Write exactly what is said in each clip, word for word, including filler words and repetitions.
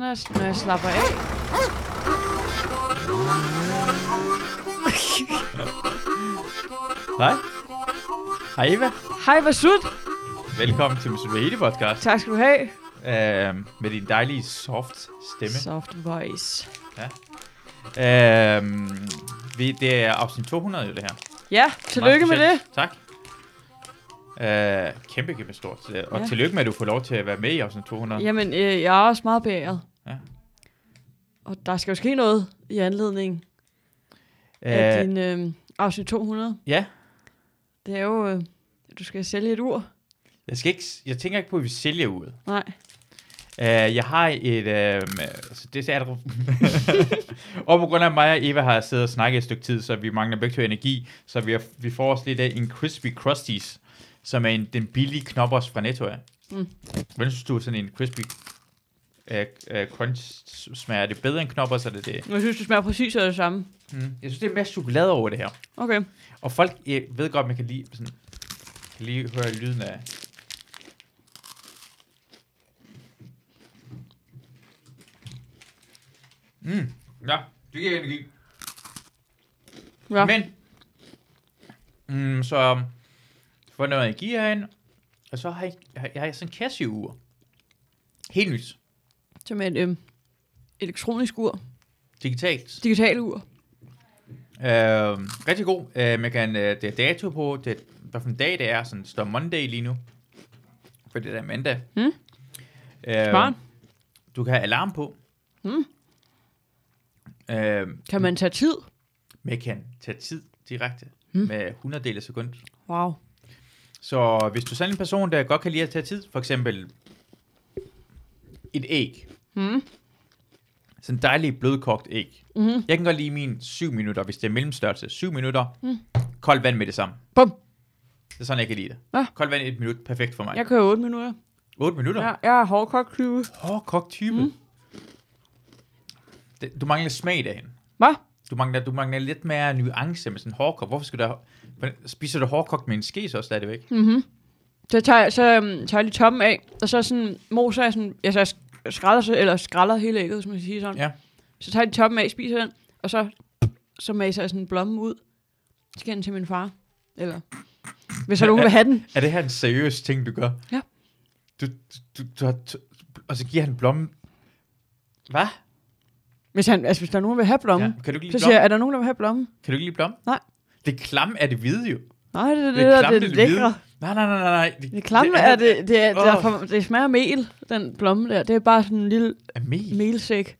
når jeg, når jeg slapper af. Hej. Hej Eva. Hej, hvad sut? Velkommen til mister Vahedi podcast. Tak skal du have. Uh, med din dejlige soft stemme. Soft voice. Ja. Uh, vi, det er afsnit to hundrede jo det her. Ja, tillykke med det. Tak. Uh, kæmpe, kæmpe stort. Og ja. Tillykke med, at du får lov til at være med i afsnit to hundrede. Jamen, øh, jeg er også meget beæret. Ja. Og der skal jo ske noget i anledning uh, af din øh, afsnit to hundrede. Ja. Det er jo, øh, du skal sælge et ur. Jeg, skal ikke, jeg tænker ikke på, at vi sælger uret. Nej. Uh, jeg har et... Uh, altså det er det. Og på grund af mig og Eva har siddet og snakket et stykke tid, så vi mangler begge to energi. Så vi, har, vi får os lidt af en Crispy Crusties, som er en, den billige knoppers fra Netto af. Mm. Hvordan synes du, sådan en Crispy uh, uh, Crunch smager? Er det bedre end knoppers, eller det? Jeg synes, det smager præcis det samme. Mm. Jeg synes, det er mere chokolade over det her. Okay. Og folk jeg ved godt, man kan lige, sådan, kan lige høre lyden af... Mm. Ja, det giver energi. Ja. Men, mm, så får noget energi herinde, og så har jeg, jeg har sådan en Casio-ur. Helt nyt. Som er et øhm, elektronisk ur. Digitalt. Digital ur. Øh, rigtig god. Øh, man kan, øh, det er dato på, det, hvad for en dag det er, sådan står Monday lige nu. For det er mandag. Mm. Øh, Smart. Du kan have alarm på. Mm. Øh, kan man tage tid? Man kan tage tid direkte mm. med hundrede del af sekund. Wow. Så hvis du er sådan en person, der godt kan lide at tage tid, for eksempel et æg. Mm. Sådan en dejlig blødkogt æg. Mm-hmm. Jeg kan godt lide min syv minutter, hvis det er mellemstørrelse. syv minutter, mm. koldt vand med det samme. Bum. Det er sådan, jeg kan lide det. Ja. Koldt vand i et minut, perfekt for mig. Jeg kører otte minutter. otte minutter? Ja, jeg er hårdkogt type. Hårdkogt type? Mm. Det, du mangler smag derhen. Hvad? Du mangler, du mangler lidt mere nuance med sådan en hårdkogt. Hvorfor skal du spiser du hårdkogt med en ske så stadigvæk? Mhm. Så tager, så, um, tager jeg lige toppen af, og så sådan moser jeg sådan, jeg så skræller, eller skræller hele ægget, som man siger sådan. Ja. Så tager jeg lige toppen af, spiser den, og så, så maser jeg sådan en blomme ud. Så giver den til min far. Eller, hvis der nogen vil have den. Er det her en seriøs ting, du gør? Ja. Du, du, du har t- og så giver han blomme. Hvad? Hvis, han, altså, hvis der er nogen, der vil have blomme, ja. Kan du ikke lide så siger jeg, er der nogen, der vil have blomme? Kan du ikke lide blomme? Nej. Det klamme er det hvide jo. Nej, det er det, det, der, klam, det, det lækre. Nej, nej, nej, nej. Det, det klamme det er, er det, det, er, oh. der for, det smager mel, den blomme der. Det er bare sådan en lille mel. melsæk.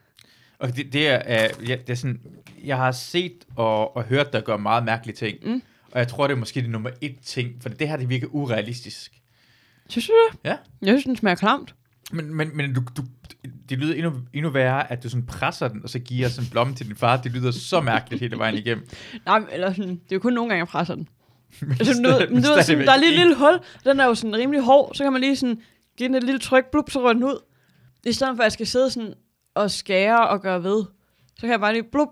Og det, det, er, uh, ja, det er sådan, jeg har set og, og hørt dig gøre meget mærkelige ting. Mm. Og jeg tror, det er måske det nummer et ting, for det her, det virker urealistisk. Synes du det? Ja. Jeg synes, den smager klamt. Men, men, men du, du, det lyder endnu, endnu værre, at du sådan presser den, og så giver sådan en blomme til din far. Det lyder så mærkeligt hele vejen igennem. Nej, eller sådan, det er jo kun nogle gange, jeg presser den. altså, nu, nu, nu, sådan, der er lige et lille hul, den er jo sådan rimelig hård, så kan man lige sådan give den et lille tryk, blub, så rører den ud. I stedet for, at jeg skal sidde sådan og skære og gøre ved, så kan jeg bare lige blub.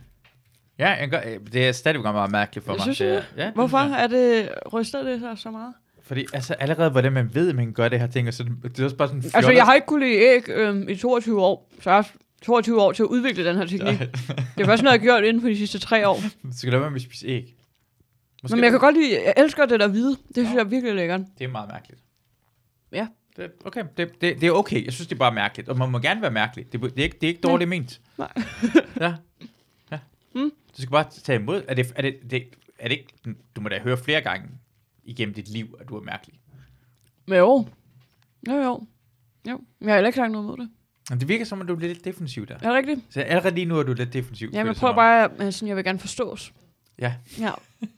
Ja, jeg gør, det er stadigvæk meget mærkeligt for jeg mig. Synes det, det? Ja, Hvorfor er det, ryster det så, så meget? Fordi altså allerede, hvordan man ved, at man gør det her ting, og så det er også bare sådan fjollet. Altså, jeg har ikke kunnet lide æg øhm, i toogtyve år, så jeg har toogtyve år til at udvikle den her teknik. Det er først noget, jeg har gjort inden for de sidste tre år. Så skal det være med at spise æg. Måske Men jeg kan godt lide, jeg elsker det der hvide. Det synes ja. jeg er virkelig lækkert. Det er meget mærkeligt. Ja. Det, okay, det, det, det er okay. Jeg synes, det er bare mærkeligt. Og man må gerne være mærkeligt. Det, det, er, ikke, det er ikke dårligt ment. Nej. ja. ja. Mm. Du skal bare tage imod. Er det, er det, det, er det ikke, du må da høre flere gange igennem dit liv, at du er mærkelig. Men jo. Jo, jo. Jo. Jeg har heller ikke sagt noget mod det. Men det virker som, at du er lidt defensiv der. Er det rigtigt? Så allerede lige nu er du lidt defensiv. Ja, men prøv bare, at, sådan, jeg vil gerne forstås. Ja. Ja.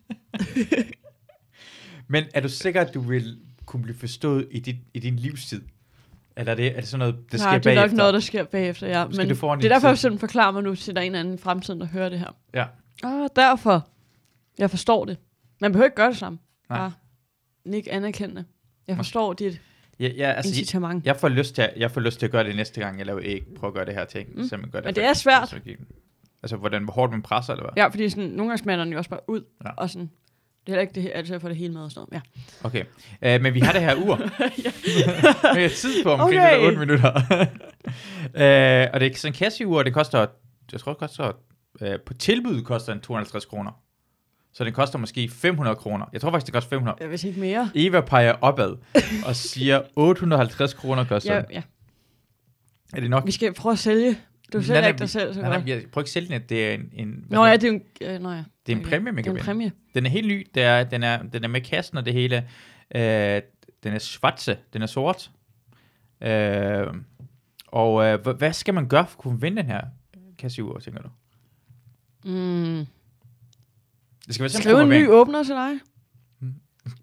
Men er du sikker, at du vil kunne blive forstået i, dit, i din livstid? Eller er det, er det sådan noget, der sker bagefter? Nej, det er nok noget, der sker bagefter, ja. Men det er derfor, jeg sådan forklarer mig nu til, der er en eller anden fremtiden, der hører det her. Ja. Og derfor. Jeg forstår det. Man behøver ikke gøre det samme. Nej. Bare ikke anerkende. Jeg forstår dit ja, ja, altså, incitament. Jeg, jeg, får lyst til, jeg får lyst til at gøre det næste gang, jeg laver æg. Prøv at gøre det her ting. Mm. Så man gør det men det er svært. Altså, hvordan, hvor hårdt man presser, eller hvad? Ja, fordi sådan, nogle gange smager den jo også bare ud. Ja. Og sådan, Det er heller ikke det, altså for det hele med og sådan noget. Ja. Okay, uh, men vi har det her ur. Vi har tid på omkring okay. otte minutter. uh, og det er sådan en Casio-ur, det koster, jeg tror det koster, uh, på tilbud koster den to hundrede og halvtreds kroner. Så den koster måske fem hundrede kroner. Jeg tror faktisk, det koster fem hundrede. Jeg ved ikke mere. Eva peger opad og siger otte hundrede og halvtreds kroner koster ja, den. ja. Er det nok? Vi skal prøve at sælge. Du sælger ikke dig selv, så nej, godt. Nej, jeg prøver ikke sælge den, det er en... en Nå ja, det er jo en... Øh, nå ja. Det er en præmie, man kan Det er en præmie. Den er helt ny, det er, den, er, den er med kassen og det hele. Øh, den er schwarze, den er sort. Øh, og øh, hvad skal man gøre for at kunne vinde den her Casio, tænker du? Mm. Det skal være Skriv en ny åbner til dig. Hmm.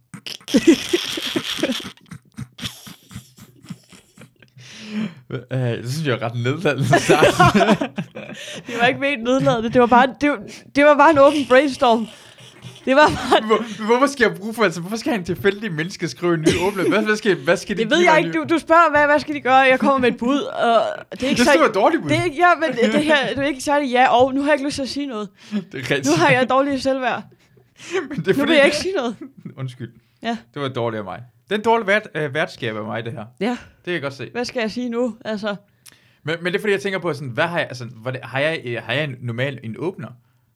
uh, det synes jeg er ret nedladende. Det var ikke ment nedladende. Det var bare, det var, det var bare en åben brainstorm. Det var bare... Hvor, hvorfor skal jeg bruge for, altså, hvorfor skal en tilfældig menneske skrive en ny åbner? Hvad, hvad skal, hvad skal de det ved jeg ikke. Du, du spørger, hvad, hvad skal de gøre? Jeg kommer med et bud. Og det er ikke det er dårligt bud. Det er ikke, ja, men det, det her det er ikke særlig ja, og nu har jeg ikke lyst til at sige noget. Det er nu har jeg dårlig selvværd. Men det er nu vil jeg ikke sige noget. Undskyld. Ja. Det var dårligt af mig. Det er en dårlig vært, øh, værtskab af mig, det her. Ja. Det kan jeg godt se. Hvad skal jeg sige nu? Altså... Men, men det er fordi, jeg tænker på, sådan, hvad har jeg, altså, hvad det, har jeg, har jeg normalt en åbner?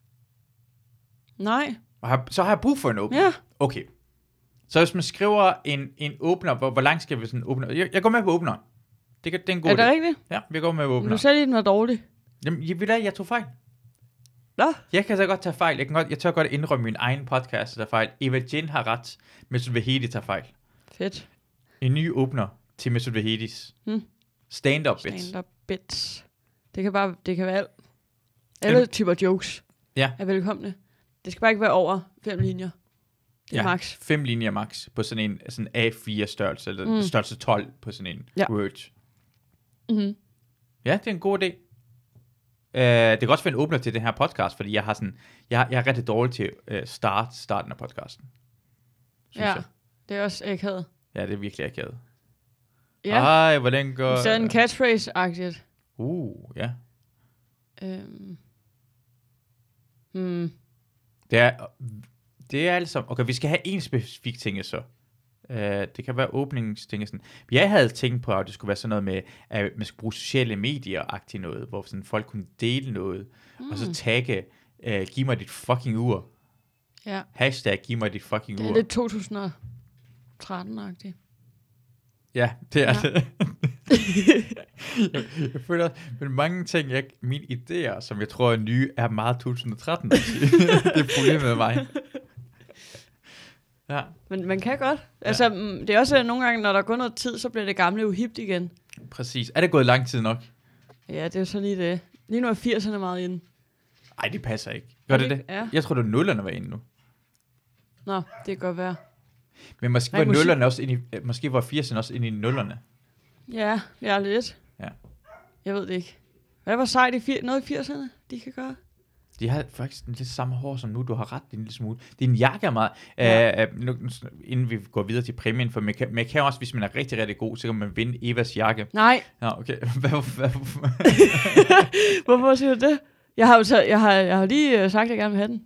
Nej. Og har, så har jeg brug for en åbner? Ja. Okay. Så hvis man skriver en, en åbner, hvor, hvor langt skal vi sådan åbne? Jeg, jeg går med på åbneren. Det, det er en god Er det idé. rigtigt? Ja, vi går med på åbneren. Du sagde lige, den var dårlig. Jamen, jeg, ved da, jeg tog fejl. Nå? Jeg kan så godt tage fejl. Jeg, kan godt, jeg tør godt indrømme min egen podcast, der fejl. Eva Jin har ret. Mesut Vahedi tager fejl. Fedt. En ny åbner til Mesut Vahedis. Hmm. Stand-up bits. Stand-up bits. Det kan bare, det kan være alt. Alle um, typer jokes ja. er velkomne. Det skal bare ikke være over fem linjer. Det er ja, max. Fem linjer max på sådan en sådan A fire størrelse, eller mm. størrelse tolv på sådan en ja. Word. Mm-hmm. Ja, det er en god idé. Uh, det kan også være en åbner til den her podcast, fordi jeg har sådan, jeg, jeg er rigtig dårlig til uh, start, starten af podcasten. Ja, jeg. Det er også akavet. Ja, det er virkelig akavet. Ja. Ej, hvordan går... Så er en catchphrase-agtigt. Uh, ja. Øhm. Hmm. Det er, det er altså... Okay, vi skal have en specifik ting så. Uh, det kan være åbningsting. Sådan. Jeg havde tænkt på, at det skulle være sådan noget med, at man skulle bruge sociale medier-agtigt noget, hvor sådan folk kunne dele noget, mm. og så tagge, uh, giv mig dit fucking ur. Ja. Hashtag, giv mig dit fucking ur. Det er lidt to tusind og tretten-agtigt. Ja, det er ja. det. jeg, jeg føler, men mange ting, jeg, mine idéer, som jeg tror er nye, er meget to tusind og tretten. Det er problemet med mig. Ja. Men man kan godt. Altså, ja. Det er også nogle gange, når der går noget tid, så bliver det gamle uhipt igen. Præcis. Er det gået lang tid nok? Ja, det er så lige det. Lige nu er firserne meget inde. Ej, det passer ikke. Gør det det? Ja. Jeg tror, det nullerne var inde nu. Nå, det kan godt være. Men måske var nullerne også inde i, måske var firserne også inde i nullerne. Ja, jeg er lidt. Ja. Jeg ved det ikke. Hvad var sejt i fir- noget i firserne, de kan gøre? De har faktisk lidt samme hår som nu. Du har ret, det er en lille smule. Din jakke er meget... Ja. Uh, nu, inden vi går videre til præmien, for man kan, man kan også, hvis man er rigtig, rigtig god, så kan man vinde Evas jakke. Nej. Ja, okay. Hvorfor? Hvorfor siger du det? Jeg har jo taget, jeg har, jeg har lige sagt, at jeg gerne vil have den.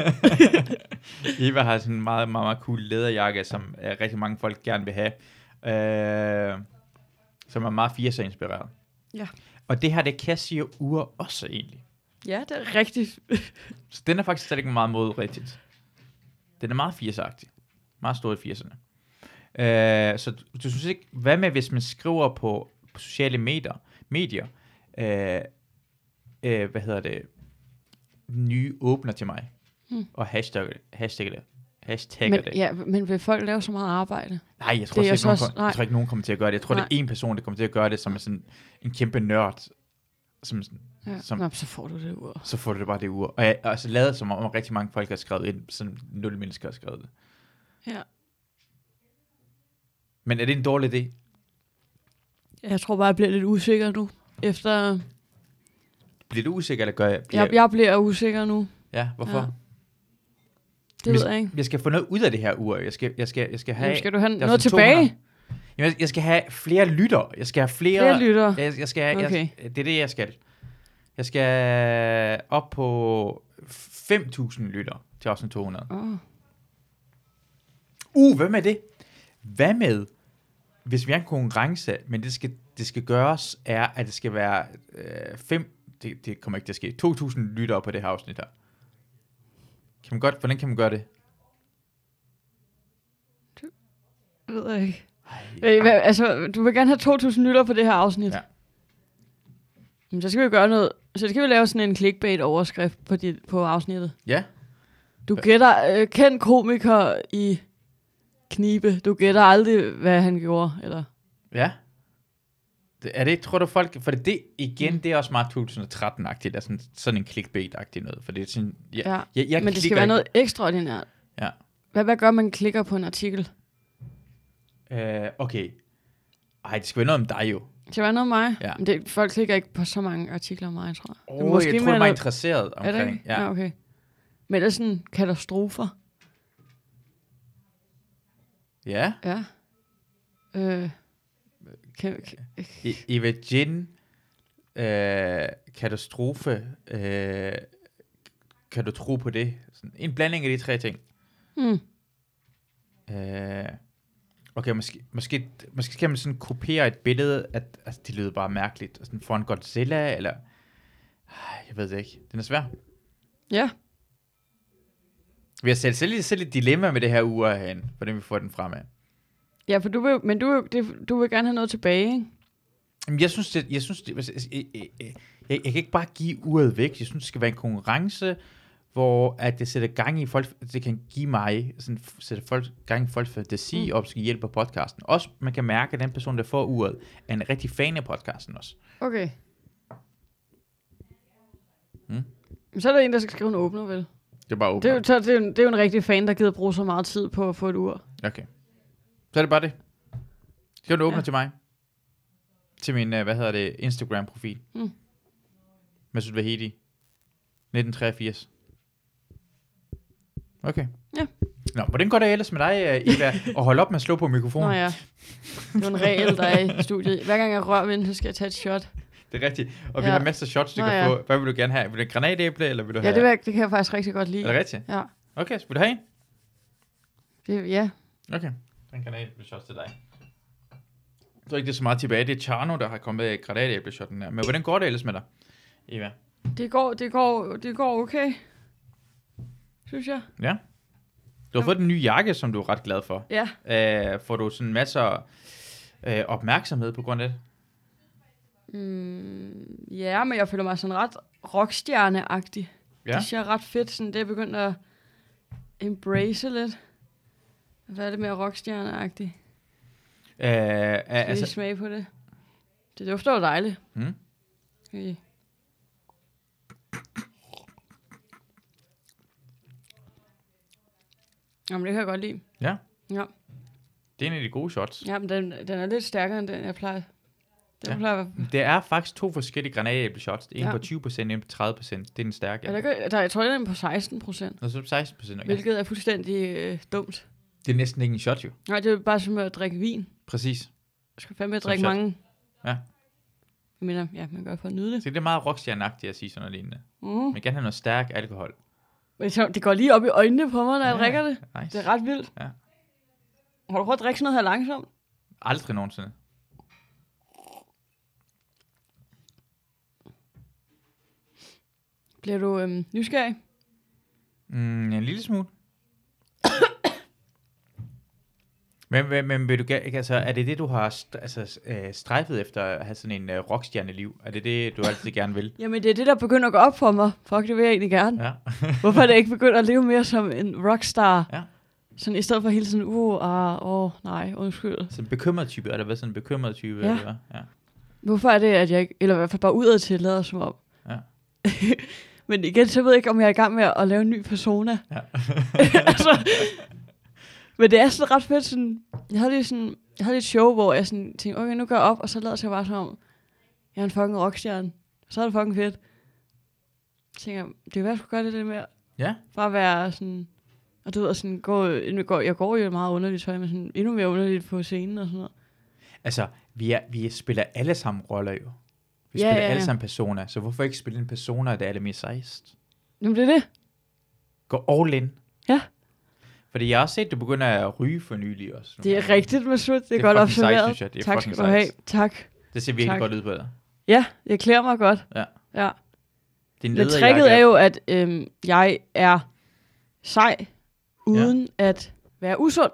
Eva har sådan en meget, meget, meget cool læderjakke, som uh, rigtig mange folk gerne vil have. Uh, som er meget firser-inspireret. Ja. Og det her, det Casio ur også egentlig. Ja, det er rigtigt. Så den er faktisk slet ikke meget modrigtigt. Den er meget firseragtig. Meget stor i firserne. Uh, så du, du synes ikke, hvad med hvis man skriver på, på sociale medier, medier uh, uh, hvad hedder det, nye åbner til mig, hmm. og hashtag, hashtag det. Hashtagger men, det. Ja, men vil folk lave så meget arbejde? Nej, jeg tror, det ikke, nogen, også, jeg tror ikke, nogen kommer til at gøre det. Jeg tror, nej. det er en person, der kommer til at gøre det, som er sådan en kæmpe nørd. Som, ja. som, Nå, så får du det ur. Så får du det bare det ur. Og jeg har altså lavet som om, at rigtig mange folk har skrevet ind, sådan nul mennesker har skrevet det. Ja. Men er det en dårlig idé? Jeg tror bare, jeg bliver lidt usikker nu. Efter... Bliver du usikker, eller gør jeg? Bliver... Jeg, jeg bliver usikker nu. Ja, hvorfor? Ja. Det ved jeg ikke. Jeg skal få noget ud af det her ur. Jeg skal, jeg skal, jeg skal have... Jamen, skal du have noget tilbage? Jamen, jeg skal have flere lytter. Jeg skal have flere... Flere lytter? Jeg, jeg skal have, okay. jeg, det er det, jeg skal. Jeg skal op på fem tusind lytter til Austin to hundrede. Oh. Uh, hvad med det? Hvad med, hvis vi har en konkurrence, men det skal, det skal gøres, er, at det skal være øh, fem, det, det kommer ikke til at ske, to tusind lyttere på det her afsnit her. Kan man godt, hvordan kan man gøre det? Det ved jeg ikke. Øh, hvad, altså, du vil gerne have to tusind lyttere på det her afsnit. Ja. Men så skal vi gøre noget, så skal vi lave sådan en clickbait-overskrift på, dit, på afsnittet. Ja. Du gætter, øh, kendt komiker i knibe. Du gætter aldrig, hvad han gjorde, eller? Ja. Det, er det, tror du folk, for det, det igen, mm. det er også meget to tusind og tretten-agtigt, er sådan, sådan en clickbait-agtigt noget, for det er sådan, jeg, ja. jeg, jeg men det skal være noget ekstraordinært. Ja. Hvad, hvad gør man, klikker på en artikel? Uh, okay. Ej, det skal være noget om dig jo. Det skal være noget om mig? Ja. Men det, folk klikker ikke på så mange artikler om mig, tror jeg. Åh, oh, jeg tror, du var interesseret omkring. Er det ikke? Ja. Ja, okay. Men er det sådan katastrofer? Ja. Ja. Øh. Kan, kan, E- Eva Jin, øh, katastrofe, øh, kan du tro på det? Sådan en blanding af de tre ting. Hmm. Øh, okay, måske, måske, måske skal man sådan kopiere et billede, at altså, det lyder bare mærkeligt, sådan for en Godzilla, eller, jeg ved det ikke, den er svær. Ja. Vi har selv, selv, selv et dilemma med det her uge herinde, hvordan vi får den fremad. Ja, for du vil, men du, det, du vil gerne have noget tilbage, ikke? Jamen, jeg synes, det, jeg synes, det, jeg, jeg, jeg, jeg kan ikke bare give uret væk. Jeg synes, det skal være en konkurrence, hvor at det sætter gang i folk, det kan give mig, sådan, sætter folk, gang i folks fantasi, mm. og skal hjælpe på podcasten. Også, man kan mærke, at den person, der får uret, er en rigtig fan af podcasten også. Okay. Hmm? Men så er der en, der skal skrive en åbner, vel? Det er bare åbner. Det er, jo, det, er jo, det er jo en rigtig fan, der gider bruge så meget tid på at få et ur. Okay. Så er det bare det. Skriv en åbner Ja. til mig. Til min, hvad hedder det, Instagram-profil. Mm. Masoud Vahedi. nitten treogfirs. Okay. Ja. Nå, hvordan går det ellers med dig, Eva, at holde op med at slå på mikrofonen? Nå ja. Det er en regel, der er i studiet. Hver gang jeg rører ved den, så skal jeg tage et shot. Det er rigtigt. Og vi Ja. har masser af shots, du Nå, kan ja. få. Hvad vil du gerne have? Vil du have granatæble, eller vil du Ja, have... det, vil, jeg- det kan jeg faktisk rigtig godt lide. Er det rigtigt? Ja. Okay, så vil du have en? Det, ja. Okay. Den granatæble shots til dig. Så er ikke det så meget tilbage. Det er Charno, der har kommet granatæble shotten her. Men hvordan går det ellers med dig, Eva? Det går, det går, det går okay. Synes jeg. Ja. Du har fået en ny jakke, som du er ret glad for. Ja. Uh, får du sådan masser uh, opmærksomhed på grund af det? Mm, ja, men jeg føler mig sådan ret rockstjerne-agtig. Ja. Det synes jeg er ret fedt. Sådan, det er jeg begyndt at embrace lidt. Hvad er det mere rockstjerne-agtigt? Uh, uh, Skal altså, I smage på det? Det dufter jo dejligt. hmm? Okay. Jamen, det kan jeg godt lide. Ja. Ja, Det er en af de gode shots. ja men den, den er lidt stærkere, end den jeg plejer. Den Ja. plejer Det er faktisk to forskellige granatæble shots. En Ja. på tyve procent, en på tredive procent. Det er den stærke. ja, der, gør- der, jeg tror, den er på seksten procent. Og så seksten procent. Okay. Hvilket er fuldstændig øh, dumt. Det er næsten ikke en shot, jo. Nej, det er bare som at drikke vin. Præcis. Jeg skal fandme Som drikke shot. mange. Ja. Jeg mener, ja, man gør for at nyde det. Så det er meget rockstjerneagtigt at sige sådan noget lignende. Mm. Man kan have noget stærk alkohol. Men så- det går lige op i øjnene på mig, når jeg Ja, drikker det. Nice. Det er ret vildt. Ja. Har du prøvet at drikke sådan noget her langsomt? Aldrig nogensinde. Bliver du øhm, nysgerrig? Mm, en lille smule. men, men, men vil du, ga- altså, er det det, du har st- altså, øh, strejfet efter at have sådan en uh, rockstjerne-liv? Er det det, du altid gerne vil? Jamen, det er det, der begynder at gå op for mig. Fuck, det vil jeg egentlig gerne. Ja. Hvorfor er det ikke begyndt at leve mere som en rockstar? Ja. Sådan i stedet for hele tiden, uh, ah, åh, oh, nej, undskyld. Sådan en bekymret type. Er der været sådan en bekymret type? Ja. Eller hvad? Ja. Hvorfor er det, at jeg ikke, eller i hvert fald bare udad til, lader som om. Ja. Men igen, så ved jeg ikke, om jeg er i gang med at lave en ny persona. Ja. altså, men det er sådan ret fedt, sådan, jeg havde lige sådan, jeg havde lige et show, hvor jeg sådan tænkte, okay, nu går jeg op, og så lader jeg bare som om, jeg er en fucking rockstjerne. Så er det fucking fedt. Så tænker jeg, det er hvad jeg skulle gøre det lidt mere. Ja. Bare at være sådan, og du ved, sådan, gå, jeg går, jeg går jo meget underligt tøj, men sådan endnu mere underligt på scenen og sådan noget. Altså, vi, er, vi spiller alle sammen roller jo. Vi Ja, spiller ja, ja. alle sammen personer. Så hvorfor ikke spille en persona, der er det mest sejst? Jamen det er det. Gå all in. Ja. Fordi jeg har også set, at du begynder at ryge for nylig også. Det er rigtigt, Masud. Det er, det er godt observeret. Sejt, synes jeg. Det er tak skal du have. Tak. Det ser virkelig tak. godt ud på dig. Ja, jeg klæder mig godt. Ja. ja. Din Men tricket er jo, at øhm, jeg er sej, uden ja. at være usund.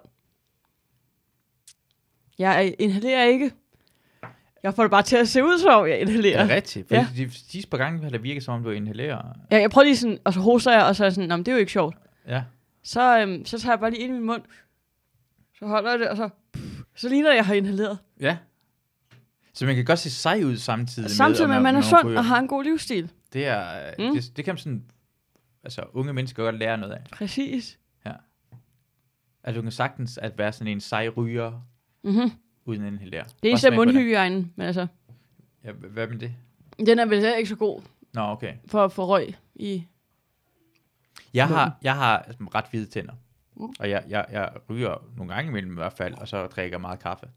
Jeg inhalerer ikke. Jeg får det bare til at se ud, som jeg inhalerer. Det er rigtigt. For ja. de sidste par gange har det virket, som om du inhalerer. Ja, jeg prøver lige sådan, og så hoster jeg, og så er jeg sådan, nå, men det er jo ikke sjovt. Ja. Så, øhm, så tager jeg bare lige ind i min mund. Så holder jeg det, og så, pff, så ligner det, at jeg har inhaleret. Ja. Så man kan godt se sej ud samtidig. Samtidig med, at man er sund og har en god livsstil. Det er, mm. det, det kan man sådan, altså unge mennesker godt lære noget af. Præcis. Ja. Altså du kan sagtens at være sådan en sej ryger, mm-hmm. uden at inhalere. Det er især mundhygiejnen, men altså. Ja, hvad med det? Den er vel ikke så god. Nå, okay. For at få røg i. Jeg har, jeg har altså, ret hvide tænder. Mm. Og jeg, jeg, jeg ryger nogle gange imellem i hvert fald, og så drikker jeg meget kaffe.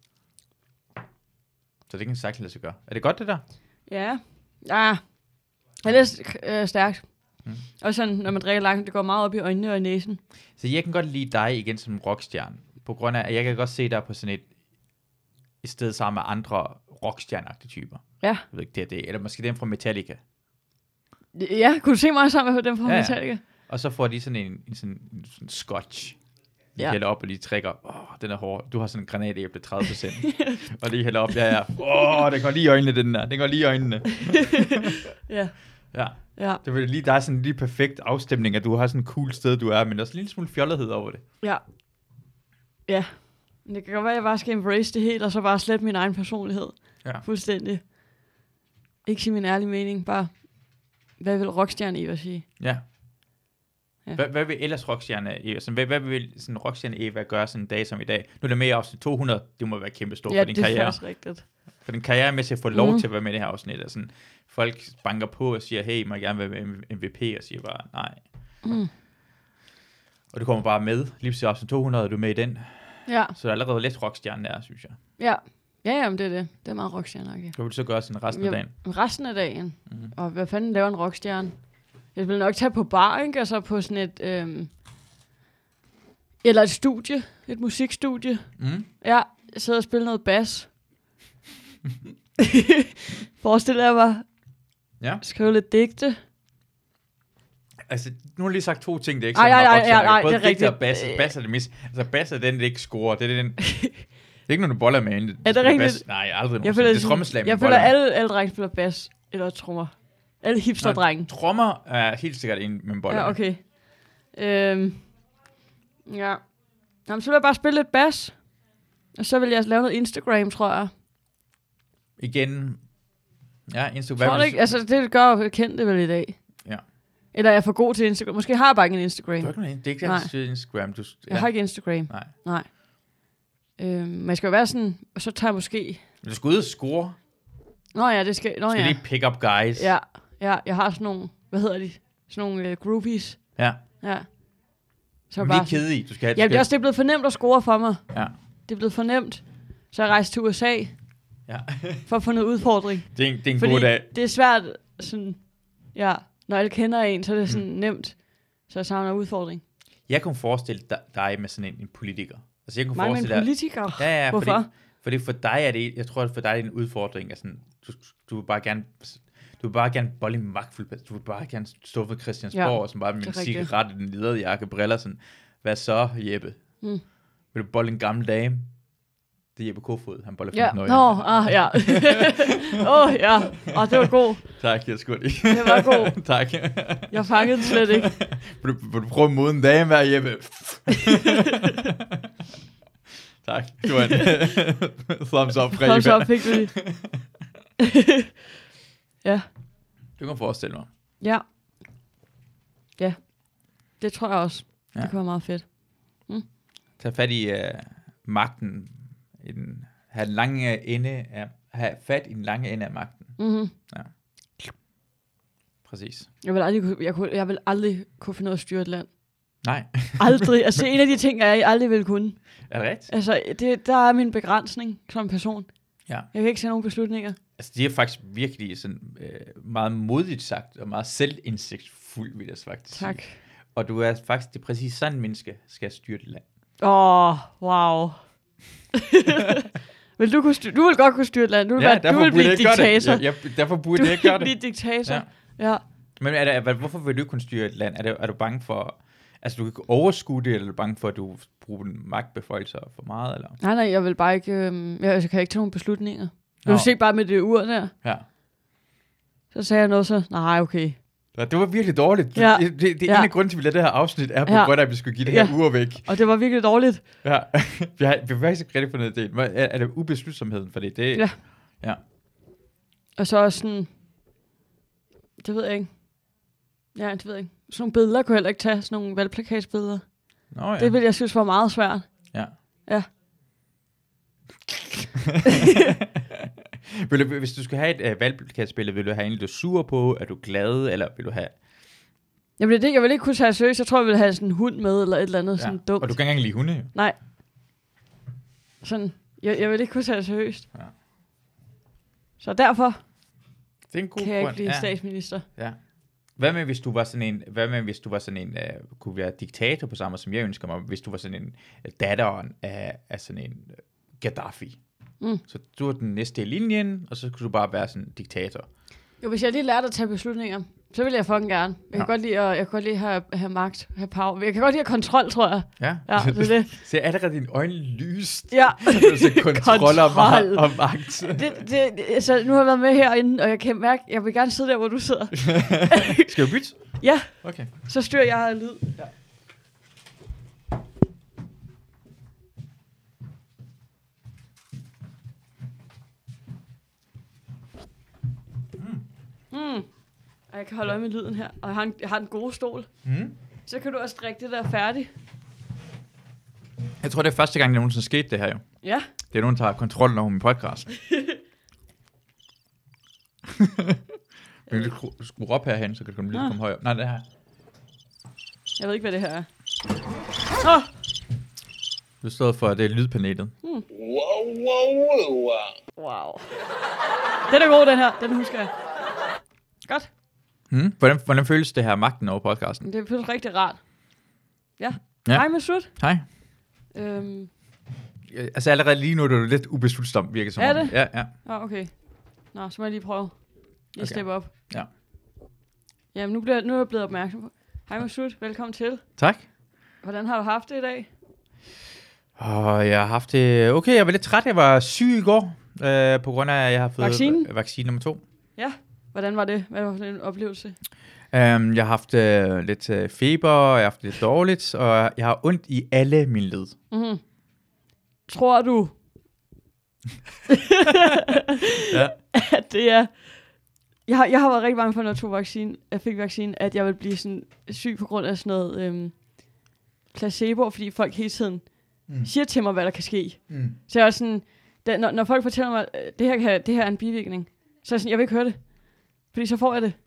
Så det kan sagtens lade sig gøre. Er det godt, det der? Ja. Ja. Det er lidt øh, stærkt. Mm. Og sådan, når man drikker langt, det går meget op i øjnene og i næsen. Så jeg kan godt lide dig igen som rockstjerne. På grund af, at jeg kan godt se dig på sådan et, et sted sammen med andre rockstjerneagtige typer. Ja. Jeg ved ikke, det er det. Eller måske dem fra Metallica. Ja, kunne du se mig sammen med dem fra ja, Metallica? Ja. Og så får de sådan en, en, sådan, en sådan scotch. De ja. hælder op, og de trækker. Åh, den er hård. Du har sådan en granatæble tredive procent. Og de hælder op, ja, ja. Åh, den går lige i øjnene, den der. Den går lige i øjnene. ja. Ja. Ja. Det vil lige, der er sådan en lige perfekt afstemning, at du har sådan et cool sted, du er, men der er sådan en lille smule fjollethed over det. Ja. Ja. Det kan godt være, at jeg bare skal embrace det helt, og så bare slette min egen personlighed. Ja. Fuldstændig. Ikke sige min ærlige mening, bare, hvad vil rockstjerne Eva sige? Ja. ja. Hvad, hvad vil ellers rockstjerne Eva? Sådan, hvad, hvad vil sådan rockstjerne Eva gøre sådan en dag som i dag? Nu er det med i afsnit to hundrede, det må være kæmpe stort ja, for din karriere. Ja, det er faktisk rigtigt. For din karriere med til at få lov mm. til at være med i det her afsnit. Altså, folk banker på og siger, hey, må jeg gerne være med M V P? Og siger bare, nej. Mm. Og du kommer bare med. Lige til afsnit to hundrede, og du er med i den. Ja. Så der er allerede lidt rockstjerne der, synes jeg. Ja. Ja, jamen det er det. Det er meget rockstjerne-agtigt. Hvad vil du så gøre sådan resten af dagen? Resten af dagen? Mm-hmm. Og hvad fanden laver en rockstjerne? Jeg vil nok tage på bar, ikke? Altså på sådan et... Øhm, eller et studie. Et musikstudie. Mm. Ja, jeg sidder og spiller noget bas. Forestiller jeg mig. Ja. Skrive lidt digte. Altså, nu har jeg lige sagt to ting, det er ikke sådan, ej, ej, ej, ej, ej, både det er rigtigt. Og bass, bass er det mest. Altså, bass er den, der ikke scorer. Det er den... Det er ikke, når du boller med en. Er det rigtigt? Bass. Nej, aldrig. Jeg føler, det er trommeslag, jeg føler alle, alle drenge spiller bass eller trommer. Alle hipsterdrenge. Trommer er helt sikkert en med en boller. Ja, okay. Øhm, ja. Jamen, så vil jeg bare spille lidt bass. Og så vil jeg lave noget Instagram, tror jeg. Igen. Ja, Instagram. Tror du ikke? Altså, det gør jeg kendte vel i dag. Ja. Eller er jeg for god til Instagram? Måske har jeg bare ikke en Instagram. Du har ikke, det er ikke altid Instagram. Du, ja. Jeg har ikke Instagram. Nej. Nej. Øhm, men jeg skal jo være sådan, og så tager jeg måske... Du skal ud og score. Nå ja, det skal... Nå, du skal ja. lige pick up guys. Ja, ja, jeg har sådan nogle... Hvad hedder de? Sådan nogle uh, groupies. Ja. Ja. Så bare... Lige kedelige. Du skal have, ja, det er også det er blevet for nemt at score for mig. Ja. Det er blevet for nemt. Så jeg rejste til U S A. Ja. For at få noget udfordring. Det er en, det er en Fordi god dag. det er svært sådan... Ja, når alle kender en, så er det sådan mm. nemt. Så jeg savner udfordring. Jeg kan forestille dig med sådan en, en politiker. Altså, jeg kan Mange forestille en politiker? Ja, ja. Hvorfor? Fordi, fordi for dig er det... Jeg tror, at for dig er det en udfordring. Altså, du, du vil bare gerne... Du vil bare gerne bolle en magtfuld... Du vil bare gerne stå ved Christiansborg, ja, og sådan bare med en cigaret i den lederjakke, briller, sådan... Hvad så, Jeppe? Mm. Vil du bolle en gammel dame? Det er Jeppe Kofod, han boller ja. femten år. Nå, ah, ja. Åh, oh, ja. Og det var god. Tak, jeg skulle lige. Det var god. Tak. Jeg fangede den slet ikke. Vil du, vil du prøve at mode en dame her, Jeppe? Tak. Du var en thumbs up fra Thumbs up fik du lige. Ja. Du kan forestille mig. Ja. Ja. Det tror jeg også. Ja. Det kunne være meget fedt. Mm. Tag fat i uh, magten. I den, have, lange ende af, have fat i den lange ende af magten. Mm-hmm. Ja. Præcis. Jeg vil aldrig, jeg, kunne, jeg vil aldrig kunne finde ud af at styre et land. Nej. Aldrig. Altså, en af de ting, jeg aldrig vil kunne. Er det rigtigt? Altså, det, der er min begrænsning som person. Ja. Jeg kan ikke se nogen beslutninger. Altså, det er faktisk virkelig sådan, øh, meget modigt sagt, og meget selvindsigtsfuldt, vil jeg faktisk Tak. sige. Og du er faktisk det præcis sådan en menneske, skal styre dit land. Åh, oh, wow. Vil du, kunne styre, du vil godt kunne styre et land. Du vil, Ja, være, du vil blive diktator. Ja, ja, derfor burde jeg ikke gøre det. Du vil blive diktator. Ja. ja. Men er der, hvorfor vil du kunne styre et land? Er, det, er du bange for, altså du kan overskue det, eller er du bange for, at du bruger magtbeføjelser for meget? Eller? Nej, nej, jeg vil bare ikke, øh, jeg, jeg kan ikke tage nogle beslutninger. Jeg vil se bare med det ur der. Ja. Så sagde jeg noget så, nej, okay. Ja, det var virkelig dårligt. Ja. Det, det, det ja. ene af grunden til, at vi lavede det her afsnit, er på ja. grund af, at vi skulle give det her ja. ur væk. Og det var virkelig dårligt. Ja, vi har, vi har faktisk ikke rigtig fundet det. Er, er det ubeslutsomheden? Fordi det, ja. ja. Og så også sådan, det ved jeg ikke. Ja, det ved jeg ikke. Sådan nogle billeder kunne jeg heller ikke tage, sådan nogle valgplakatsbilleder. Nå, ja. Det ville jeg synes var meget svært. Ja. Ja. vil du, hvis du skal have et uh, valgplakatsbillede, vil du have en, du er sur på? Er du glad? Eller vil du have... Jeg vil, det, jeg vil ikke kunne tage seriøst. Jeg tror, jeg ville have sådan en hund med, eller et eller andet ja. sådan dumt. Og du kan ikke engang lide hunde, jo. Nej. Sådan, jeg, jeg vil ikke kunne tage seriøst. Ja. Så derfor det er en god kan jeg grund. ikke blive ja. statsminister. Ja. Hvad med, hvis du var sådan en, hvad med, hvis du var sådan en, uh, kunne være diktator på samme måde, som jeg ønsker mig, hvis du var sådan en datteren af, af sådan en uh, Gaddafi. Mm. Så du er den næste i linjen, og så kunne du bare være sådan en diktator. Jo, hvis jeg lige lærte at tage beslutninger, så vil jeg fucking gerne. Jeg kan ja. godt lide at, jeg kan godt lide at have, have magt, have power. Jeg kan godt lide at have kontrol, tror jeg. Ja, ja det er det. Så er allerede dine øjne lyst. Ja. Så kontrol, kontrol. Og, og magt. Det, det, det, så nu har jeg været med herinde, og jeg kan mærke, jeg vil gerne sidde der, hvor du sidder. Skal vi bytte? Ja. Okay. Så styrer jeg lyd. Ja. Mm. Og jeg kan holde øje med lyden her. Og jeg har en, jeg har en god stol. Mm. Så kan du også drikke det der færdigt. Jeg tror, det er første gang, det nogensinde skete det her jo. Ja. Det er nogen, der har kontrollen over min podcast. Vil du skru, skru op herhen, så kan du lige komme højere. Nej, det er her. Jeg ved ikke, hvad det her er. Oh. Det står for, at det er lydpanelet. Hmm. Wow, wow, wow. Wow. Den er god, den her. Den husker jeg. Godt. Hmm. Hvordan, hvordan føles det her magten over podcasten? Det føles rigtig rart. Ja. ja. Hej, Masoud. Hej. Øhm. Altså allerede lige nu er du lidt ubeslutsom, virker som om. Er det? det? Ja, ja. Åh, oh, okay. Nå, så må jeg lige prøve. Lige okay. steppe op. Ja. Jamen, nu, bliver, nu er jeg blevet opmærksom på. Hej, Masoud. Velkommen til. Tak. Hvordan har du haft det i dag? Åh, oh, jeg har haft det... Okay, jeg var lidt træt. Jeg var syg i går, øh, på grund af, at jeg har fået vaccinen, vaccine nummer to. Ja. Hvordan var det? Hvad var det en oplevelse? Um, jeg har haft uh, lidt uh, feber, og jeg har haft det lidt dårligt, og jeg har ondt i alle mine led. Mm-hmm. Tror du, ja. at det er... Jeg har, jeg har været rigtig bange for, når jeg tog vaccine, jeg fik vaccine, at jeg ville blive sådan syg på grund af sådan noget øhm, placebo, fordi folk hele tiden mm. siger til mig, hvad der kan ske. Mm. Så jeg er sådan, da, når, når folk fortæller mig, at det her, kan, det her er en bivirkning, så er jeg sådan, jeg vil ikke høre det. Fordi så får jeg det.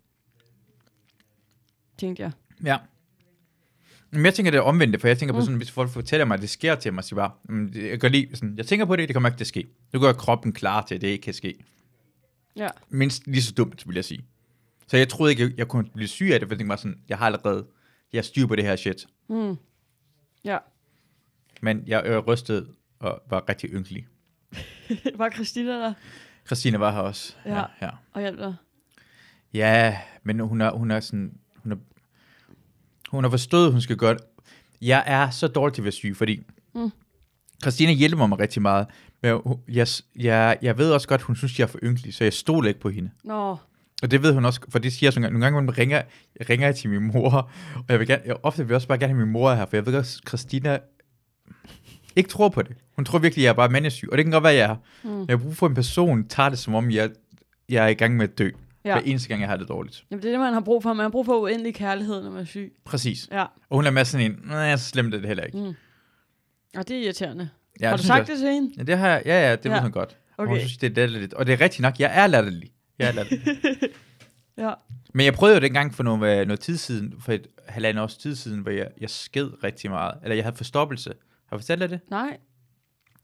Tænkte jeg. Ja. Men jeg tænker, det er omvendt, for jeg tænker mm. på sådan, hvis folk fortæller mig, at det sker til mig, så bare, jeg, gør lige, sådan, jeg tænker på det, det kommer ikke til at ske. Nu gør kroppen klar til, at det ikke kan ske. Ja. Mindst lige så dumt, vil jeg sige. Så jeg troede ikke, jeg, jeg kunne blive syg af det, for jeg tænkte mig sådan, jeg har allerede, jeg styr på det her shit. Mm. Ja. Men jeg øh, rystede og var rigtig ynkelig. Var Christina der? Christina var her også. Ja, ja, ja. Og hjalp dig. Ja, men hun er, hun er sådan, hun er, hun har forstået, hun skal gøre det. Jeg er så dårlig til at være syg, fordi mm. Christina hjælper mig rigtig meget. Men jeg, jeg, jeg ved også godt, hun synes, jeg er for ynkelig, så jeg stoler ikke på hende. Nå. Og det ved hun også, for det siger jeg sådan, nogle gange, når ringer, jeg ringer til min mor, og jeg vil gerne, jeg ofte vil jeg også bare gerne have min mor her, for jeg ved også, Christina ikke tror på det. Hun tror virkelig, jeg er bare menneskesyg, og det kan godt være, jeg er. Mm. Men jeg har brug for en person, tager det som om, jeg, jeg er i gang med at dø. Ja. Hver eneste gang, jeg har det dårligt. Jamen, det er det, man har brug for. Man har brug for uendelig kærlighed, når man er syg. Præcis. Ja. Og hun er med sådan en, nej, så slemt er det heller ikke. Mm. Og det er irriterende. Ja, har du sagt jeg, det til hende? Ja, det har jeg. Ja, ja, det ja. ved hun godt. Okay. Og hun synes, det er latterligt. Og det er rigtigt nok, jeg er latterlig. Jeg er latterlig. Ja. Men jeg prøvede jo dengang for noget, noget tid siden, for et halvandet års tid siden, hvor jeg, jeg sked rigtig meget. Eller jeg havde forstoppelse. Har du fortalt dig det? Nej.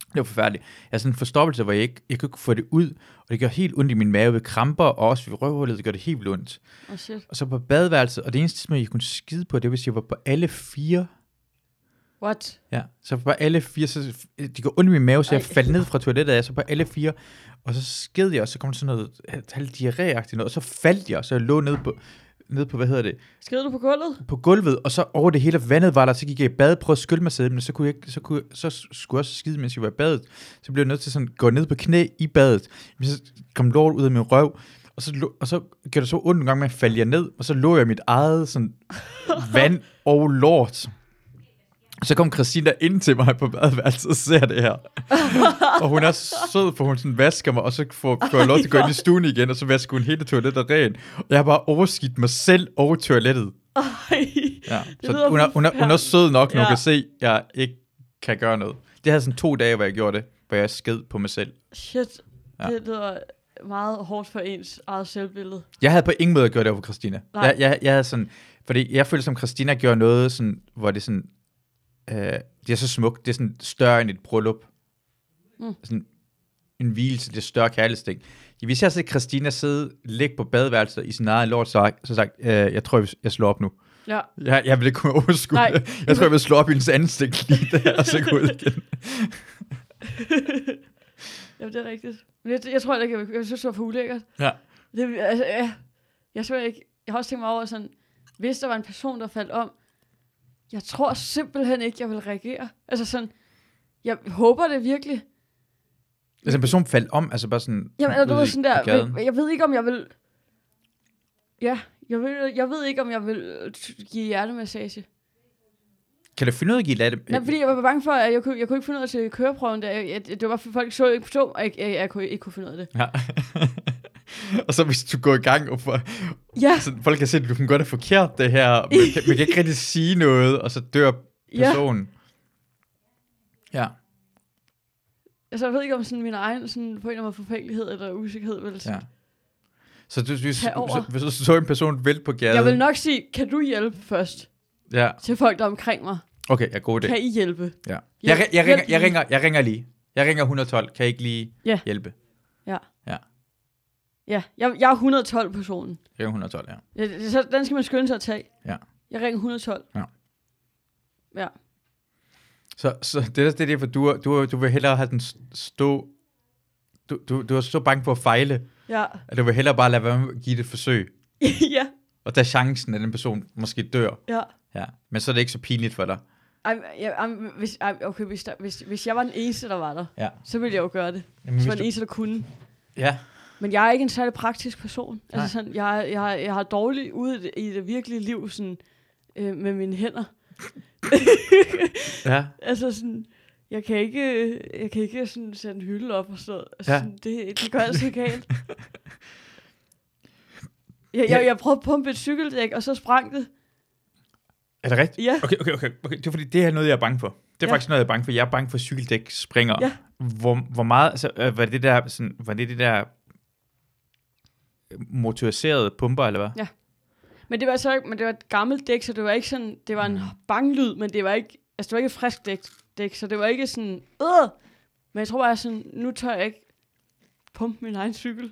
Det var forfærdeligt. Jeg havde sådan en forstoppelse, hvor jeg ikke jeg kunne ikke få det ud, og det gjorde helt ondt i min mave ved kramper, og også ved røvhullet, det gjorde det helt vildt ondt. Oh, shit. Og så på badeværelset, og det eneste tidspunkt, jeg kunne skide på, det var, hvis jeg var på alle fire. What? Ja, så på alle fire, så det gjorde ondt i min mave, så jeg Ej. faldt ned fra toilettet, og jeg så på alle fire, og så sked jeg, og så kom der sådan noget halv diarré-agtigt noget, og så faldt jeg, så jeg lå ned på, ned på, hvad hedder det? Sked du på gulvet? På gulvet, og så over det hele vandet var der, så gik jeg i bad, prøvede at skylle mig selv, men så, kunne jeg, så, kunne, så skulle jeg også skide, mens jeg var i badet. Så blev jeg nødt til sådan at gå ned på knæ i badet. Men så kom lort ud af min røv, og så, og så gjorde det så ondt en gang, man faldt jeg ned, og så lå jeg i mit eget sådan, vand og lort. Så kom Christina ind til mig på badeværelset og ser det her. Og hun er sød, for hun sådan vasker mig, og så får, får jeg lov til at gå ind i stuen igen, og så vasker hun hele toilettet ren. Og jeg har bare overskidt mig selv over toilettet. Ej, ja. Så hun er, hun, er, hun er sød nok, når ja. Hun kan se, at jeg ikke kan gøre noget. Det havde sådan to dage, hvor jeg gjorde det, hvor jeg sked på mig selv. Shit, ja. Det lyder meget hårdt for ens eget selvbillede. Jeg havde på ingen måde gjort det over for Christina. Jeg, jeg, jeg havde sådan, fordi jeg følte som Christina gjorde noget, sådan, hvor det sådan, Uh, det er så smukt, det er sådan større end et bryllup. Mm. Sådan en hvilelse, det er større kærlighedsting. Hvis jeg har set Christina sidde, ligge på badeværelset i sin eget lort, så så sagt, uh, jeg tror, jeg, jeg slår op nu. Ja. Jeg, jeg vil ikke kunne overskue det. Jeg tror, jeg vil slå op i hendes ansigt lige der, og så gå ud igen. Jamen, det er rigtigt. Men jeg, jeg tror ikke, jeg, jeg, jeg synes, det var for ulækkert. Ja. Det, altså, jeg, jeg, jeg, ikke, jeg har også tænkt mig over sådan, hvis der var en person, der faldt om, jeg tror simpelthen ikke, jeg vil reagere. Altså sådan, jeg håber det virkelig. Altså en person faldt om, altså bare sådan... Jamen, eller du ved sådan der, jeg, jeg ved ikke, om jeg vil... Ja, jeg ved, jeg ved ikke, om jeg vil give hjertemassage. Kan du finde ud af at give latte? Nej, fordi jeg var bange for, at jeg kunne, jeg kunne ikke finde ud af til køreprøven der. Jeg, jeg, det var for folk, så ikke så, og jeg, jeg, jeg kunne ikke kunne finde ud af det. Ja. Og så hvis du går i gang, og for, ja. Så folk kan se, at du kan gøre det forkert, det her. Man kan, man kan ikke rigtig sige noget, og så dør personen. Ja. ja. Altså, jeg ved ikke, om sådan min egen sådan, på en eller anden måde forfængelighed eller usikkerhed vil sige. Ja. Så du, hvis, så, hvis du så en person vælte på gaden... Jeg vil nok sige, kan du hjælpe først? Ja. Til folk, der er omkring mig. Okay, ja, god idé. Kan I hjælpe? Ja. Jeg, jeg, jeg, ringer, jeg, ringer, jeg ringer lige. Jeg ringer et et to. Kan I ikke lige ja. hjælpe? Ja. Ja. Ja, jeg, jeg er et et to personen. Jeg er et et to, ja. ja. Så den skal man skynde sig at tage. Ja. Jeg ringer et et to. Ja. Ja. Så, så det er det, for du, du, du vil hellere have den stå... Du, du, du er så bange for at fejle, ja. At du vil hellere bare lade være med at give det et forsøg. ja. Og tage chancen, at den person måske dør. Ja. Ja. Men så er det ikke så pinligt for dig. Ej, ja, ej, hvis, ej, okay, hvis, der, hvis, hvis jeg var den eneste, der var der, ja. så ville jeg jo gøre det. Jamen, hvis jeg var du... den eneste, der kunne. Ja. Men jeg er ikke en særlig praktisk person. Nej. Altså sådan, jeg, jeg, jeg har dårligt ude i det virkelige liv sådan, øh, med mine hænder. ja. Altså sådan, jeg kan ikke, jeg kan ikke sådan sætte en hylde op og sådan, altså, ja. sådan det, det gør altid galt. jeg, jeg, jeg prøvede at pumpe et cykeldæk, og så sprang det. Er det rigtigt? Ja. Okay, okay, okay, okay. Det er fordi, det er noget, jeg er bange for. Det er ja. faktisk noget, jeg er bange for. Jeg er bange for, at cykeldæk springer. Ja. Hvor, hvor meget, altså, øh, var det det der, sådan, var det det der motoriserede pumper, eller hvad? Ja. Men det var så ikke, men det var et gammelt dæk, så det var ikke sådan, det var en banglyd, men det var ikke, altså det var ikke et frisk dæk, dæk så det var ikke sådan, øh, men jeg tror bare sådan, nu tør jeg ikke pumpe min egen cykel.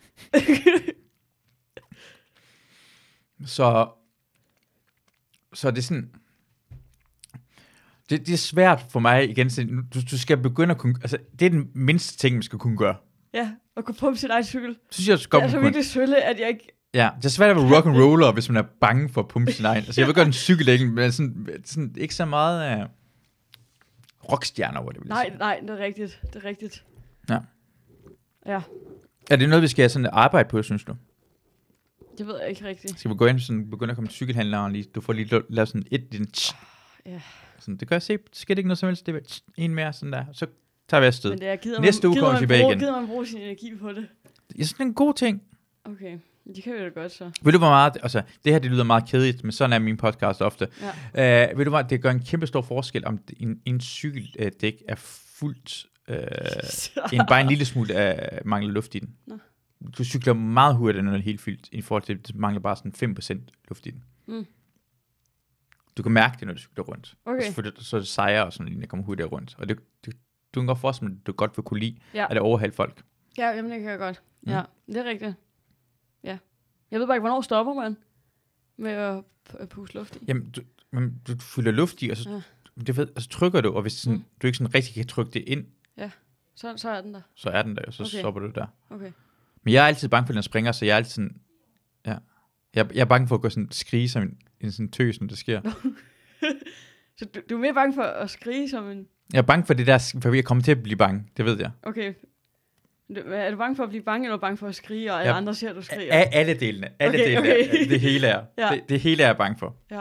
så, så det er sådan, det, det er svært for mig igen, så du, du skal begynde at kunne, altså det er den mindste ting, man skal kunne gøre. Ja, at kunne pumpe sin egen cykel. Synes jeg, det er så virkelig sølle, at jeg ikke... Ja, det er svært at være rock and roller, hvis man er bange for at pumpe sin egen. Altså jeg vil gøre en cykeldækning, men sådan, sådan, ikke så meget af uh, rockstjerner over det, vil jeg Nej, sige. nej, det er rigtigt. Det er rigtigt. Ja. Ja. Er det noget, vi skal sådan arbejde på, synes du? Det ved jeg ikke rigtigt. Skal vi gå ind og sådan, begynde at komme til cykelhandleren lige? Du får lige lavet sådan et, din tsch. Ja. Sådan, det gør jeg se. Det sker ikke noget som helst. Det er tsch, en mere sådan der. Så tager vi afsted. Men det er, gider Næste man, uge kommer tilbage bruge, igen. Gider man bruge sin energi på det? Det er sådan en god ting. Okay, det kan vi da godt så. Ved du hvor meget, altså det her det lyder meget kedeligt, men sådan er min podcast ofte. Ja. Uh, ved du hvad, det gør en kæmpe stor forskel, om en, en cykeldæk er fuldt, uh, en, bare en lille smule af uh, mangler luft i den. Nå. Du cykler meget hurtigt, når den er helt fyldt, i forhold til, at det mangler bare sådan fem procent luft i den. Mm. Du kan mærke det, når du cykler rundt. Okay. Altså, for det, så er det sejre og sådan, når kommer hurtigt rundt. Og det, det, du kan godt forestille dig, at du godt vil kunne lide, Ja. at det overhale folk. Ja, jamen det kan jeg godt. Mm. Ja, det er rigtigt. Ja. Jeg ved bare ikke, hvornår stopper man med at, p- at puste luft i. Jamen, du, men du fylder luft i, og så, Ja. det ved, og så trykker du, og hvis sådan, Mm. du ikke sådan rigtig kan trykke det ind, Så, så er den der. så er den der, og så Okay. stopper du der. Okay. Men jeg er altid bange for, at den springer, så jeg er altid sådan, ja. Jeg, jeg er bange for at gå sådan skrige som en, en sådan tøs, når det sker. Så du, du er mere bange for at skrige som en... Jeg er bange for det der, for jeg kommer til at blive bange, det ved jeg. Okay. Du- Er du bange for at blive bange, eller er du bange for at skrige, og alle Ja. andre ser, at du skriger? A- alle delene, alle Okay, delene, okay. Er, det hele er, Ja. det, det hele er jeg bange for. Ja.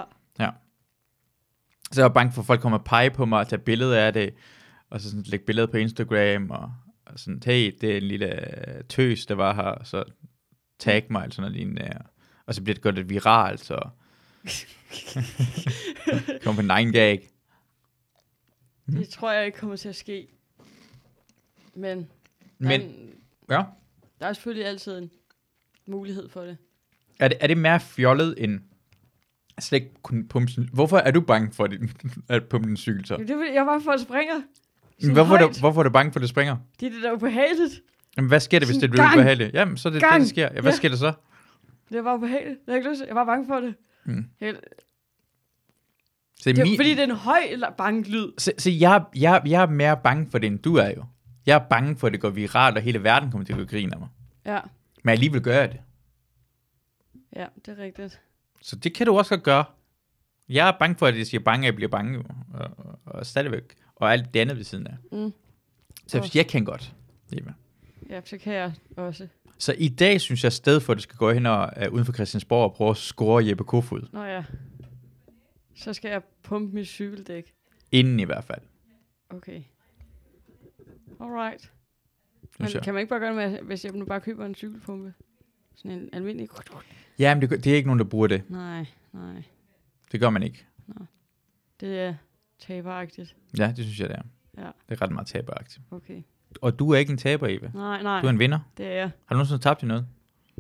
Så jeg er bange for, at folk kommer og pege på mig og tager billeder af det, og så sådan lægge billeder på Instagram, og, og sådan, hey, det er en lille tøs, der var her, så tag mig, eller sådan noget lignende. Og så bliver det godt lidt viralt, så kommer på nine gag. Det tror jeg ikke kommer til at ske. Men, Men, der, ja, der er selvfølgelig altid en mulighed for det. er det, er det mere fjollet end slet ikke kunne pumpe sin... Hvorfor er du bange for din, at pumpe din cykel så? Jamen, det er, fordi, jeg er bange for, at det springer. Men Sådan Hvorfor er, højt. du, hvorfor er du bange for, at det springer? Det er det, der er ubehageligt. Jamen, hvad sker der, hvis Sådan det bliver gang. ubehageligt? Jamen, så er det det, Gang. der sker. Ja, hvad Ja. sker der så? Det er bare ubehageligt. Jeg, har ikke lyst til- jeg var bange for det. Mm. Jeg, Så det er min- fordi, det er en høj eller bange lyd. Så, så jeg, jeg, jeg er mere bange for det, end du er jo. Jeg er bange for, at det går viralt, og hele verden kommer til at gå grine af mig. Ja, Men alligevel gør jeg det. ja, det er rigtigt. Så det kan du også godt gøre. Jeg er bange for, at jeg siger bange, at jeg bliver bange. Jo. Og, og, og stadigvæk. Og alt det andet ved siden af. Mm. Så Også. jeg kan godt. Eva. Ja, så kan jeg også. Så i dag synes jeg, sted for, at du skal gå hen og uh, uden for Christiansborg og prøve at score Jeppe Kofod. Nå ja. Så skal jeg pumpe mit cykeldæk. Inden i hvert fald. Okay. Alright. Synes Men jeg. kan man ikke bare gøre det med, hvis jeg nu bare køber en cykelpumpe? Sådan en almindelig... Jamen, det, det er ikke nogen, der bruger det. Nej, nej. Det gør man ikke. Det er taberagtigt. Ja, det synes jeg, det er. Ja. Det er ret meget taberagtigt. Okay. Og du er ikke en taber, Eva. Nej, nej. Du er en vinder. Det er jeg. Har du nogensinde tabt i noget?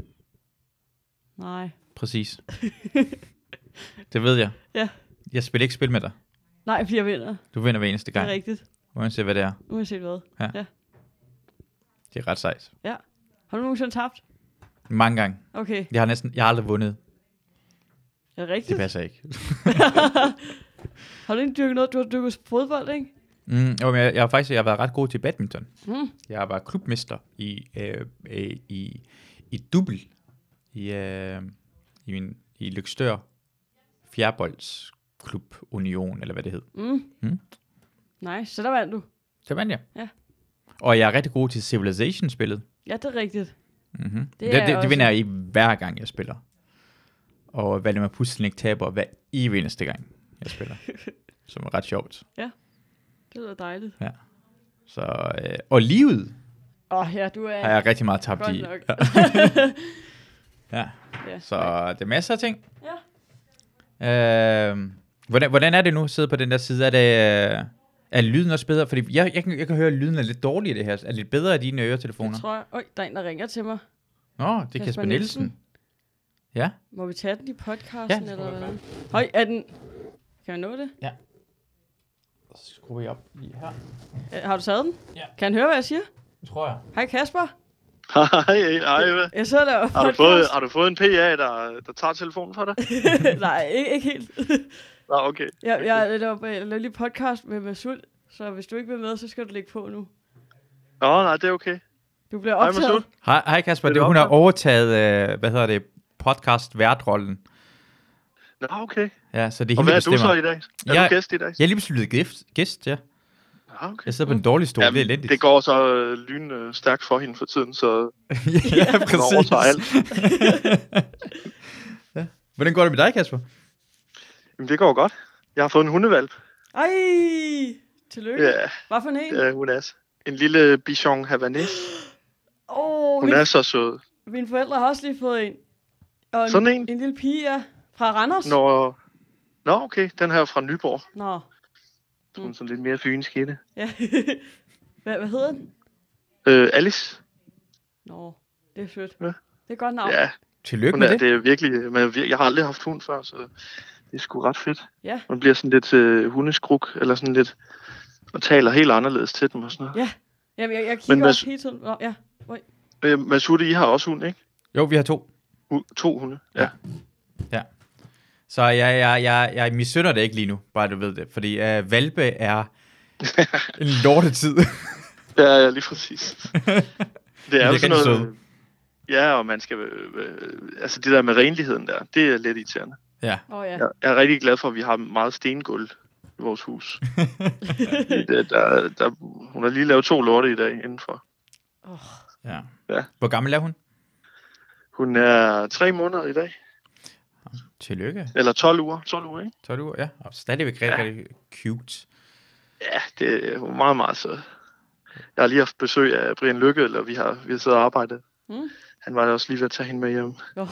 Nej. Præcis. Det ved jeg. Ja. Jeg spiller ikke spil med dig. Nej, fordi jeg vinder. Du vinder hver eneste Det er gang. rigtigt. Uanset hvad det er. Uanset hvad. Det er ret sejt. Har du nogensinde tabt? Mange gange. Okay. Jeg har næsten, jeg har aldrig vundet. Er det Det rigtigt? passer ikke. Har du ikke dyrket noget? Du har dyrket fodbold, ikke? Mm, jo, men jeg, jeg har faktisk jeg har været ret god til badminton. Mm. Jeg har været klubmester i, øh, øh, i, i dubbel i, øh, i, min, i Løgstør Fjerboldsklub Union, eller hvad det hed. Mm. Mm. Nice. Så der vandt du. Så vandt jeg. Ja. Og jeg er rigtig god til Civilization-spillet. Ja, det er rigtigt. Mm-hmm. Det, Det det, er det, også- det vinder jeg i hver gang, jeg spiller. Og Valdemar Pustelnik taber hver evig eneste gang, jeg spiller. Som er ret sjovt. Det lyder dejligt. Så, øh, og livet Åh, oh, ja, du er... har jeg rigtig meget tabt Godt i. nok. Ja. Ja. Så det er masser af ting. Ja. Øh, hvordan, hvordan er det nu at sidde på den der side? Er det... Øh, er lyden også bedre? Fordi jeg, jeg, kan, jeg kan høre, at lyden er lidt dårlig i det her. Er det lidt bedre af dine øretelefoner? Jeg tror jeg... Øj, der er en, der ringer til mig. Nå, det er Kasper Nielsen. Ja. Må vi tage den i podcasten, Ja, det eller tror jeg hvad? Høj, er den... Kan jeg nå det? Så skruer jeg op lige her. Øh, Har du taget den? Ja. Kan han høre, hvad jeg siger? Det tror jeg. Hej Kasper. Hej, hej, Eva. Jeg sidder der og Har du, fået, har du fået en P A, der, der tager telefonen for dig? Nej, ikke, ikke helt. Nå, okay. Jeg, jeg, laver, jeg laver lige podcast med Masul, så hvis du ikke vil med, så skal du lægge på nu. Nå, nej, det er okay. Du bliver Hej, optaget. Masoud. Hej, hej Kasper. Vil Det, du hun har optage? overtaget, øh, hvad hedder det, podcast-værtrollen. Nå, okay. Ja, så det er Og hende, hvad der er du så bestemmer. i dag? Er Jeg- du gæst i dag? Jeg er lige pludselig blevet gæst, gæst, ja. Nå, okay. Jeg sidder på den dårlige stol, det er Jamen, elendigt. det går så øh, lyn øh, stærkt for hende for tiden, så ja, hun præcis. overtager alt. Ja. Hvordan går det med dig, Kasper? Jamen, det går godt. Jeg har fået en hundevalp. Ej, tillykke. Ja, Hvad for en en? ja, hun er en lille bichon havanais. Åh, oh, Hun min, er så sød. mine forældre har også lige fået en. Og en, Sådan en? En lille pige, ja. Fra Randers. Nå, Nå, okay. Den her er fra Nyborg. Nå. Hun er sådan lidt mere fynsk i det. Ja. hvad, hvad hedder den? Øh, Alice. Nå, det er sødt. Ja. Det er et godt navn. Ja, Tillykke hun med er, det. det er virkelig... Men jeg, vir- jeg har aldrig haft hund før, så det er sgu ret fedt. Ja. Man bliver sådan lidt øh, hundeskruk, eller sådan lidt... og taler helt anderledes til dem og sådan noget. Ja, Jamen, jeg, jeg kigger Men også hvad- hele tiden. Nå, ja. Øh, Masude, I har også hund, ikke? Jo, vi har to. Hu- To hunde. Ja. Ja. Så jeg, jeg, jeg, jeg misunder det ikke lige nu, bare du ved det. Fordi uh, valpe er en lortetid. Ja, ja, lige præcis. Det er jo er sådan rigtig noget... Ja, og man skal... Øh, øh, altså det der med renligheden der, det er lidt irriterende. Ja. Åh oh, ja. Jeg, jeg er rigtig glad for, at vi har meget stengulv i vores hus. det, der, der, hun har lige lavet to lorte i dag indenfor. Oh. ja. Ja. Hvor gammel er hun? Hun er tre måneder i dag. Tillykke. Eller tolv uger. tolv uger, ikke? tolv uger, ja. Og stadigvæk rigtig, Ja. rigtig cute. Ja, det er meget, meget sød. Jeg har lige haft besøg af Brian Lykke, eller vi har, vi har siddet og arbejdet. Mm. Han var også lige ved at tage hende med hjem. Oh.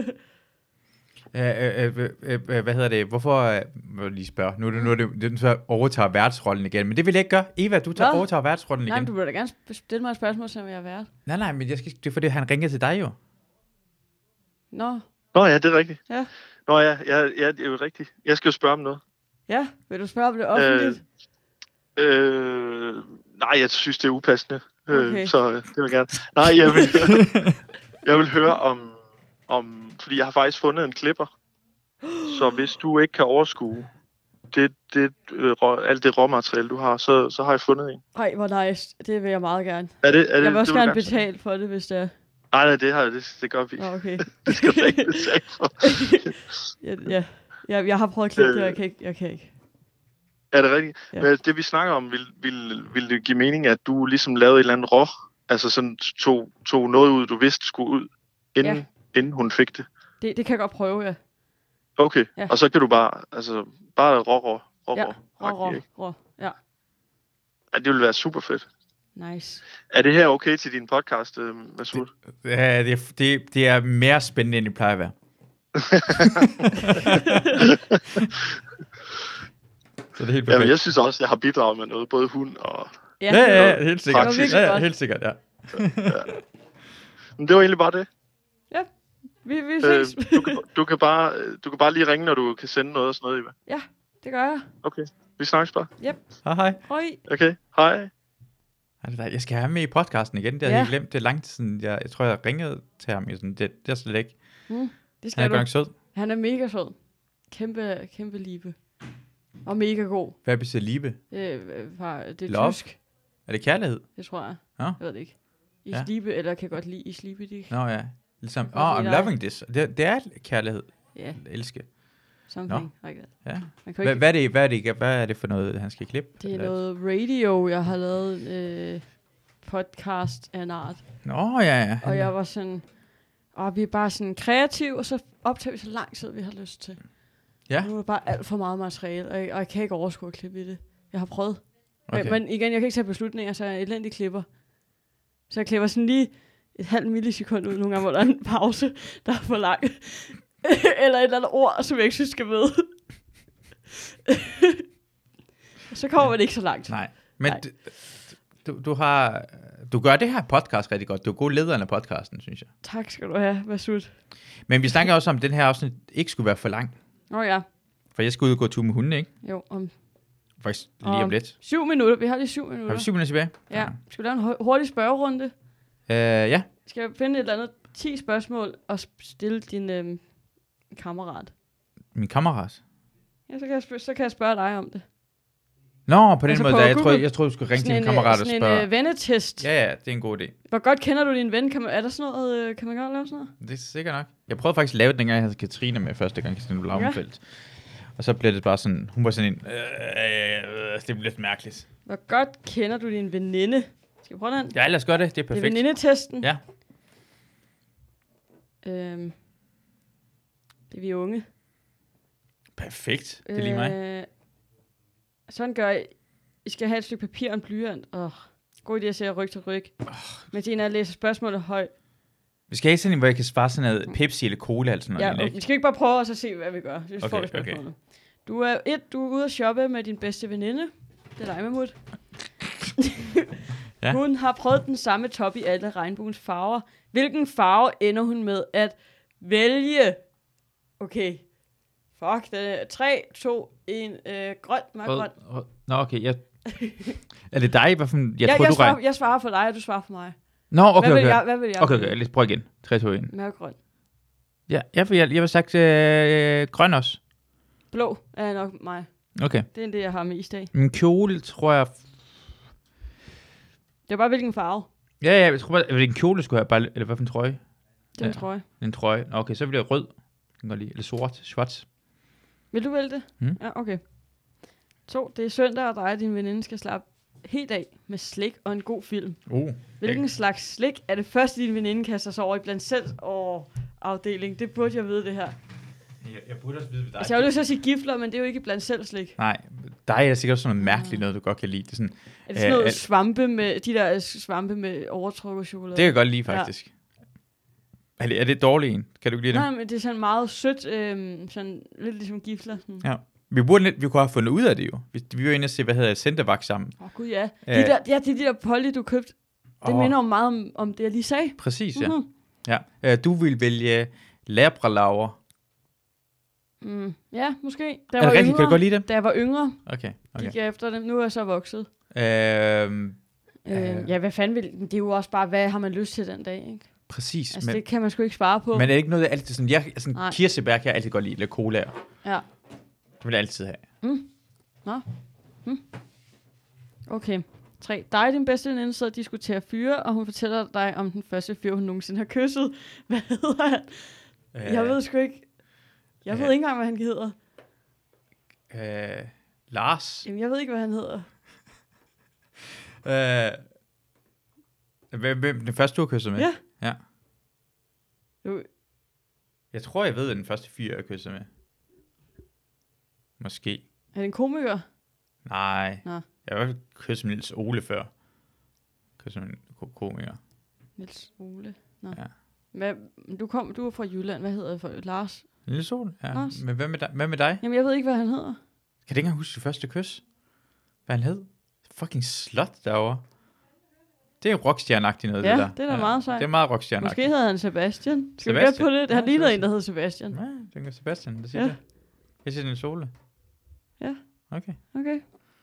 Øh, øh, øh, øh, øh, hvad hedder det? Hvorfor... Øh, må jeg lige spørge. Nu er det, nu er det, det så overtager værtsrollen igen. Men det vil jeg ikke gøre. Eva, du tager Hvad? overtager værtsrollen Nej, igen. men du vil da gerne stille mig et spørgsmål, som jeg har været. Nej, nej, men jeg skal, det er fordi, han ringede til dig jo. Nå, Nå ja, det er rigtigt. Ja. Nå ja, ja, ja, det er jo rigtigt. Jeg skal jo spørge om noget. ja. Vil du spørge om det offentligt? Øh, nej, jeg synes, det er upassende. Okay. Øh, så øh, det vil jeg gerne. Nej, jeg vil, jeg vil høre om, om... Fordi jeg har faktisk fundet en klipper. Så hvis du ikke kan overskue det, det, øh, rå- alt det råmateriale, du har, så, så har jeg fundet en. Ej, hvor nice. Det vil jeg meget gerne. Er det, er det, Jeg vil også det gerne du betale for det, hvis det er. Nej, nej, det, har, det, det gør vi. Nå, okay. Det skal du ikke betale for. ja, ja. Jeg, jeg har prøvet at klippe det, og Øh. jeg kan ikke. Jeg kan ikke. Er det rigtigt? Ja. Men det vi snakker om, vil, vil, vil det give mening, at du ligesom lavede et eller andet rå, altså sådan tog, tog noget ud, du vidste skulle ud, inden, Ja. inden hun fik det? det. Det kan jeg godt prøve, ja. Okay, Ja. og så kan du bare, altså bare rå, rå, rå, Ja, rå, rå, rå, ikke? rå. Ja, Ja, det vil være super fedt. nice. Er det her okay til din podcast, øh, Masud? Ja, det, er- det, det er mere spændende, end det plejer at være. Så det er helt perfekt. Jamen, jeg synes også, jeg har bidraget med noget, både hund og... Ja, Ja, ja, det ja, helt sikkert. Praktisk. Ja, ja, godt. helt sikkert, ja. Men det var egentlig bare det. Vi, vi Øh, ses. du, kan, du, kan bare, du kan bare lige ringe, når du kan sende noget og sådan noget, Eva. Det gør jeg. Okay, vi snakkes bare. Hej, hej. Hej. Okay, hej. Ej, det der- Jeg skal have ham med i podcasten igen. Det har Ja. jeg helt glemt. Det er lang tid siden. Jeg, jeg tror, jeg ringede til ham. i Sådan, det, det er slet ikke. Mm, det Han skal er du. godt nok sød. Han er mega sød. Kæmpe, kæmpe liebe. Og mega god. Hvad betyder liebe? Øh, øh, fra- det er Love? tysk. Er det kærlighed? Det tror jeg. Nå. Jeg ved det ikke. I Ja. slibe, eller kan jeg godt lide i slibe, de. Nå ja. Ligesom, Jeg kan godt oh, I'm lide dig. loving this. Det, det er kærlighed. Ja, Elske. something like that. Ja. Man kan Hvad, ikke, hvad, er det, hvad, er det, hvad er det for noget, han skal klippe? det er Eller- noget radio, jeg har lavet øh, podcast af en art. Nå ja, ja. Og jeg var sådan, og vi er bare sådan kreative, og så optager vi så lang tid, vi har lyst til. Ja. Nu er der bare alt for meget materiale, og jeg, og jeg kan ikke overskue at klippe i det. Jeg har prøvet. Okay. Okay. Men igen, jeg kan ikke tage beslutninger, så jeg er elendig klipper. Så jeg klipper sådan lige et halvt millisekund ud nogle gange, hvor der er en pause, der er for lang. Eller et eller andet ord, som jeg ikke synes skal med. Så kommer man ikke så langt. Nej. Men Nej. d- du, du har... Du gør det her podcast rigtig godt. Du er god leder af podcasten, synes jeg. Tak skal du have, Masud. Men vi snakker også om, at den her afsnit ikke skulle være for lang. Nå ja, For jeg skal ud og gå tur med hunden, ikke? jo, om Faktisk lige Om- om lidt. syv minutter. Vi har lige syv Har minutter. vi syv minutter tilbage? Ja, skal vi lave en hu- hurtig spørgerunde? Uh, ja. Skal jeg finde et eller andet ti spørgsmål og sp- stille din øhm, kammerat? Min kammerat. Ja, så kan, jeg sp- så kan jeg spørge dig om det. Nå, på den Altså måde, på der, jeg, tror, Google. jeg tror, du skulle ringe til Sådan din en, øh, kammerat og sådan spørge. en øh, vennetest. Ja, ja, det er en god idé. Hvor godt kender du din ven? Kan man, er der sådan noget, øh, kan man godt lave sådan noget? Det er sikkert nok. Jeg prøvede faktisk at lave det, dengang jeg havde Katrine med første gang, Katrine Blauenfeldt. Ja. Og så blev det bare sådan, hun var sådan en, øh, øh, det blev lidt mærkeligt. Hvor godt kender du din veninde? Skal vi prøve den? Ja, lad os gøre det, det er Det er perfekt. venindetesten. Ja. Øhm, det er vi unge. Perfekt, det er lige mig. Øh, sådan gør I. I skal have et stykke papir og en blyant. Oh, god idé at se ryg til ryg. Oh. Mens en af jer læser spørgsmålet højt. Vi skal have sådan en, hvor jeg kan svare sådan noget Pepsi eller Cola eller sådan noget. Ja, eller og ikke? vi skal ikke bare prøve og så se, hvad vi gør. Så Okay, får vi spørgsmålet. Du er et, du er ude at shoppe med din bedste veninde. Det er dig, Mahmoud. Ja. Hun har prøvet den samme top i alle regnbuens farver. Hvilken farve ender hun med at vælge? Okay. Fuck, det er tre, to, en. Øh, grøn, meget grøn. Rød, rød. Nå, okay, jeg, Er det dig? Hvad for, jeg, jeg, tror, jeg, du svarer, regner. jeg svarer for dig, og du svarer for mig. Nå, okay, hvad vil okay. jeg? Hvad vil jeg? Okay, okay. Lad os prøve igen. tre, to, et. Mørkegrøn. Ja, jeg vil, jeg vil have sagt øh, grøn også. Blå er nok mig. Okay. Det er det, jeg har mest af. Min kjole, tror jeg... Det er bare, hvilken farve. Ja, ja, jeg tror bare, at en kjole skulle have bare... Eller hvad for en trøje? Det er en trøje. En trøje. Okay, så bliver det rød. Den kan godt lide. Eller sort. Schwarz. Vil du vælge det? Hmm? Ja, okay. To, det er søndag, og dig og din veninde skal slappe helt af med slik og en god film. Uh, Hvilken jeg... slags slik er det første, din veninde kaster sig over i blandt selv og afdeling? Det burde jeg vide, det her. Jeg, jeg burde også vide ved dig. Altså, jeg vil jo så sige gifler, men det er jo ikke blandt selv slik. Nej, dig er sikkert sådan noget mærkeligt noget, du godt kan lide. Det er, sådan, er det sådan noget øh, svampe med, de der svampe med overtrukket chokolade? Det kan jeg godt lide, faktisk. Ja. Er, det, er det dårligt en? Kan du ikke lide det? Nej, men det er sådan meget sødt, øhm, sådan lidt ligesom gifler. Sådan. Ja. Vi burde lidt, vi kunne have fundet ud af det jo. Vi, vi var inde og se, hvad hedder Centervagt sammen. Åh oh, gud ja. De Æh, der, ja, det er de der Polly, du købte. Det åh, minder om meget om, om det, jeg lige sagde. Præcis, ja. Mm-hmm. ja. Uh, du vil vælge labralaver. Mm, ja, måske. Da Er jeg det var rigtigt? yngre, Kan du godt lide dem? Da jeg var yngre, Okay, okay. gik jeg efter dem. Nu er jeg så vokset. Uh, Øh, Øh. ja, hvad fanden vil... Det er jo også bare, hvad har man lyst til den dag, ikke? præcis. Altså, men, det kan man sgu ikke spare på. men er det ikke noget, der altid sådan... Jeg, sådan Nej. kirsebær kan jeg altid godt lide, eller cola. Ja. Det vil jeg altid have. Mm. Nå. Mm. Okay. tre. Dig og din bedste veninde sidder og diskuterer fyre, og hun fortæller dig om den første fyr, hun nogensinde har kysset. Hvad hedder han? Uh, Jeg ved sgu ikke... Jeg øh. ved ikke engang, hvad han hedder. Uh, Lars. Jamen, jeg ved ikke, hvad han hedder. Uh, hvem, hvem den første, du har kysset med? Ja. Ja. Jo. Jeg tror, jeg ved, hvad den første fyr, jeg har kysset med. Måske. Er det en komiker? Nej. Nå. Jeg har jo kysset med Niels Ole før. Kysset med en ko- komiker. Niels Ole. Nå. Ja. Hvad, du, kom, du er fra Jylland. Hvad hedder det for? Lars? Niels Ole? Ja. Lars. Men hvad med, dig? hvad med dig? Jamen, jeg ved ikke, hvad han hedder. Kan du ikke engang huske det første kys? Hvad han hed? Fucking slot derovre. Det er rockstjerneagtigt noget, Ja, det der. det er da meget sejt. Det er meget rockstjerneagtigt. Måske hedder han Sebastian. Skal vi Sebastian? gætte på det? Han Ja, ligner Sebastian. en, der hedder Sebastian. Ja, det er Sebastian, det siger Ja. det. Jeg siger Niels Ole. Ja. Okay. Okay.